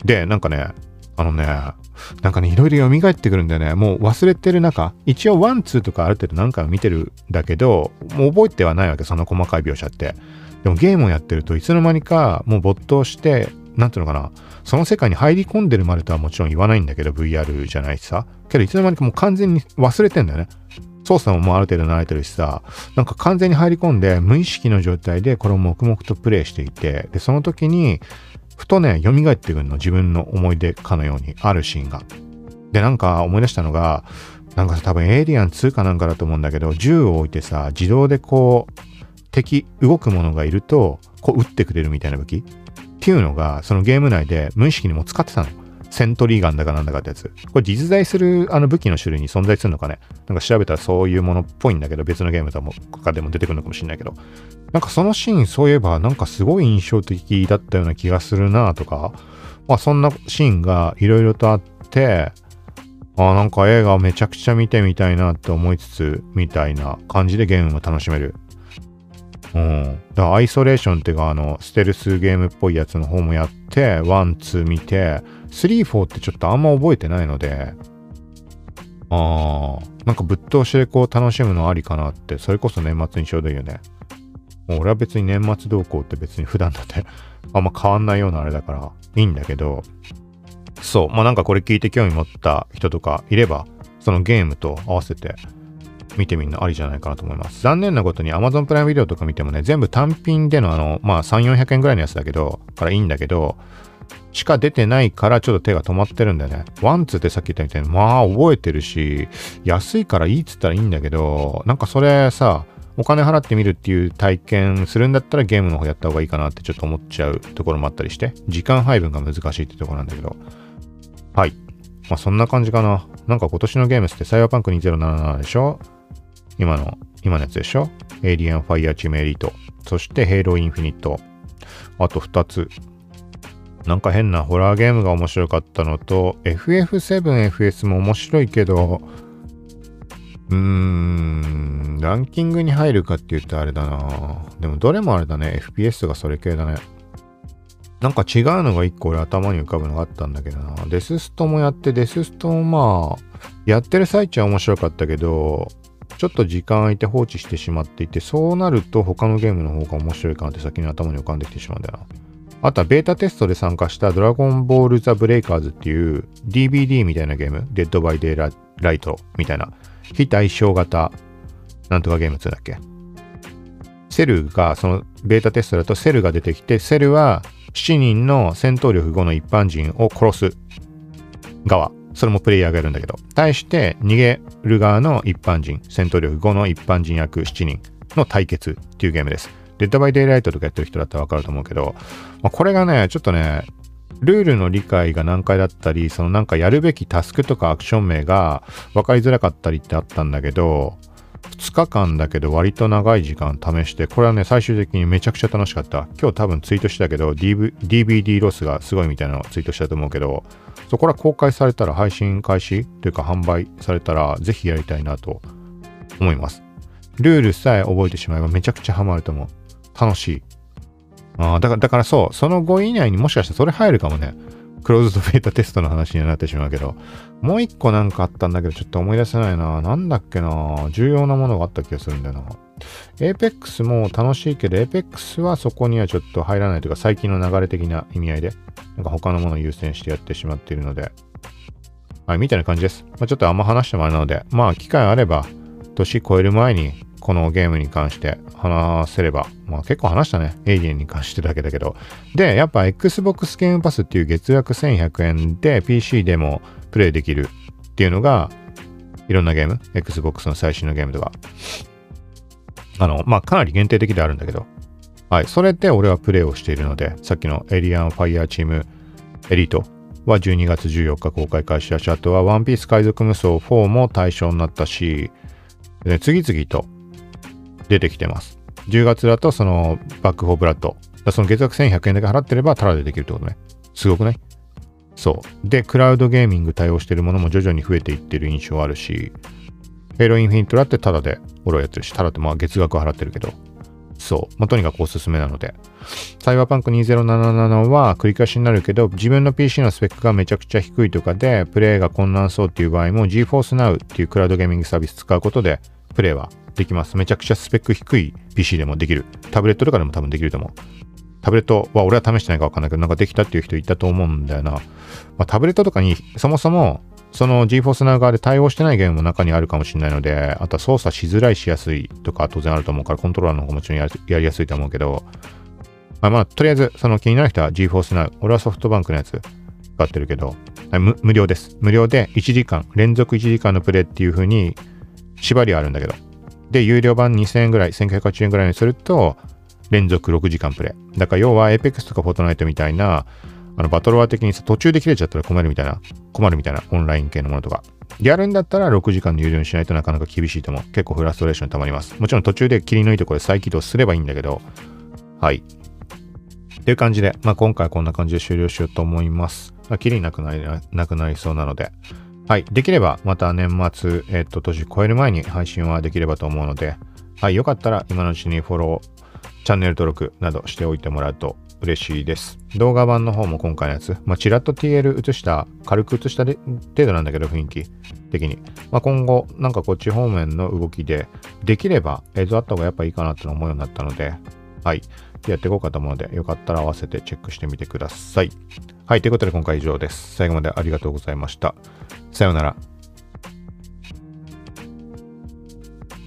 で、なんかね、あのね、なんかね、いろいろ蘇ってくるんだよね。もう忘れてる中、一応ワン、ツーとかある程度何回も見てるんだけど、もう覚えてはないわけ、その細かい描写って。でもゲームをやってるといつの間にかもう没頭して、なんていうのかな、その世界に入り込んでるまでとはもちろん言わないんだけど、ブイアール じゃないしさ。けどいつの間にかもう完全に忘れてんだよね。操作ももうある程度慣れてるしさ、なんか完全に入り込んで無意識の状態でこれを黙々とプレイしていて、で、その時に、ふとね、蘇ってくるの、自分の思い出かのようにあるシーンが。で、なんか思い出したのが、なんか多分エイリアンツーかなんかだと思うんだけど、銃を置いてさ、自動でこう、敵、動くものがいると、 こう撃ってくれるみたいな武器っていうのが、そのゲーム内で無意識にも使ってたの。セントリーガンだかなんだかってやつ。これ実在するあの武器の種類に存在するのかね。なんか調べたらそういうものっぽいんだけど、別のゲームとかでも出てくるのかもしれないけど。なんかそのシーン、そういえばなんかすごい印象的だったような気がするなとか、まあそんなシーンがいろいろとあって、あなんか映画めちゃくちゃ見てみたいなって思いつつ、みたいな感じでゲームも楽しめる。うん。だからアイソレーションっていうか、あの、ステルスゲームっぽいやつの方もやって、ワン、ツー見て、スリー、フォーってちょっとあんま覚えてないので、あー、なんかぶっ通しでこう楽しむのありかなって、それこそ年末にちょうどいいよね。もう俺は別に年末動向って別に普段だってあんま変わんないようなあれだからいいんだけど、そう、まあなんかこれ聞いて興味持った人とかいれば、そのゲームと合わせて見てみるのありじゃないかなと思います。残念なことに Amazon プライムビデオとか見てもね、全部単品でのあの、まあさん、よんひゃくえんぐらいのやつだけど、からいいんだけど、しか出てないからちょっと手が止まってるんだよね。ワンツーってさっき言ったみたいに、まあ覚えてるし、安いからいいっつったらいいんだけど、なんかそれさ、お金払ってみるっていう体験するんだったらゲームの方やった方がいいかなってちょっと思っちゃうところもあったりして、時間配分が難しいってところなんだけど。はい。まあそんな感じかな。なんか今年のゲームってサイバーパンクにせんななじゅうななでしょ？今の、今のやつでしょ？エイリアンファイアチームエリート。そしてヘイローインフィニット。あとふたつ。なんか変なホラーゲームが面白かったのと、エフエフセブンエフエス も面白いけど、うーん、ランキングに入るかって言うとあれだな。でもどれもあれだね。エフピーエス がそれ系だね。なんか違うのが一個俺頭に浮かぶのがあったんだけどな。デスストもやって、デスストもまあ、やってる最中は面白かったけど、ちょっと時間空いて放置してしまっていて、そうなると他のゲームの方が面白いかなって先に頭に浮かんできてしまうんだよな。あとはベータテストで参加したドラゴンボールザブレイカーズっていう ディーブイディー みたいなゲーム、デッドバイデイライトみたいな非対称型なんとかゲームって言うんだっけ。セルが、そのベータテストだとセルが出てきて、セルはしちにんの戦闘力ごの一般人を殺す側。それもプレイヤーがやるんだけど。対して逃げる側の一般人、戦闘力ごの一般人役しちにんの対決っていうゲームです。デッドバイデイライトとかやってる人だったらわかると思うけど、まあ、これがね、ちょっとね、ルールの理解が難解だったり、そのなんかやるべきタスクとかアクション名が分かりづらかったりってあったんだけど、ふつかかんだけど割と長い時間試して、これはね、最終的にめちゃくちゃ楽しかった。今日多分ツイートしたけど、ディーブイディー ロスがすごいみたいなのをツイートしたと思うけど、そこら公開されたら配信開始というか販売されたらぜひやりたいなと思います。ルールさえ覚えてしまえばめちゃくちゃハマると思う。楽しい。ああ、だから、だからそう、そのごい以内にもしかしたらそれ入るかもね。クローズドベータテストの話にはなってしまうけど、もう一個なんかあったんだけど、ちょっと思い出せないな。なんだっけな。重要なものがあった気がするんだよな。Apex も楽しいけど、Apex はそこにはちょっと入らないというか、最近の流れ的な意味合いで、なんか他のものを優先してやってしまっているので、はい、みたいな感じです。まあ、ちょっとあんま話してもあれなので、まあ、機会あれば、年超える前に、このゲームに関して話せれば、まあ結構話したね。エイリアンに関してだけだけど。で、やっぱ Xbox ゲームパスっていう月額せんひゃくえんで ピーシー でもプレイできるっていうのが、いろんなゲーム、Xbox の最新のゲームとか、あの、まあかなり限定的であるんだけど、はい、それで俺はプレイをしているので、さっきのエイリアンファイヤーチームエリートはじゅうにがつじゅうよっか公開開始だし、あとはワンピース海賊無双フォーも対象になったし、で次々と出てきてます。じゅうがつだとそのバックフォーブラッド。その月額せんひゃくえんだけ払ってればタダでできるってことね。すごくない？そう。で、クラウドゲーミング対応してるものも徐々に増えていってる印象あるし、ヘイローインフィニットだってタダで俺はやってるし、タダってまあ月額払ってるけど、そう。まあ、とにかくおすすめなので。サイバーパンクにせんななじゅうななは繰り返しになるけど、自分の ピーシー のスペックがめちゃくちゃ低いとかで、プレイが困難そうっていう場合も GeForce Now っていうクラウドゲーミングサービス使うことで、プレイはできます。めちゃくちゃスペック低い ピーシー でもできる。タブレットとかでも多分できると思う。タブレットは俺は試してないか分かんないけど、なんかできたっていう人いたと思うんだよな。まあ、タブレットとかにそもそもその GeForce Now 側で対応してないゲームも中にあるかもしれないので、あとは操作しづらいしやすいとか当然あると思うから、コントローラーの方がもちろんやり、やりやすいと思うけど、まあ、まあ、とりあえずその気になる人は GeForce Now。俺はソフトバンクのやつ使ってるけど、無, 無料です。無料でいちじかん、連続いちじかんのプレイっていう風に縛りはあるんだけど。で、有料版にせんえんぐらい、せんきゅうひゃくはちじゅうえんぐらいにすると、 連続ろくじかんプレイ。だから要は Apex とか Fortnite みたいな、あのバトルワー的にさ、途中で切れちゃったら困るみたいな、困るみたいなオンライン系のものとか。やるんだったらろくじかんの有料にしないとなかなか厳しいと思う。結構フラストレーションたまります。もちろん途中で切り抜いてこれ再起動すればいいんだけど、はい。っていう感じで、まあ今回はこんな感じで終了しようと思います。まあ、切りなくなり、なくなりそうなので、はい。できればまた年末、えっと、年超える前に配信はできればと思うので、はい。よかったら今のうちにフォロー、チャンネル登録などしておいてもらうと嬉しいです。動画版の方も今回のやつ、まあ、ちらっと ティーエル 映した、軽く映した程度なんだけど、雰囲気的に。まあ、今後、なんかこっち方面の動きで、できれば映像あった方がやっぱいいかなって思うようになったので、はい。やっていこうかと思うので、よかったら合わせてチェックしてみてください。はい。ということで今回以上です。最後までありがとうございました。さようなら。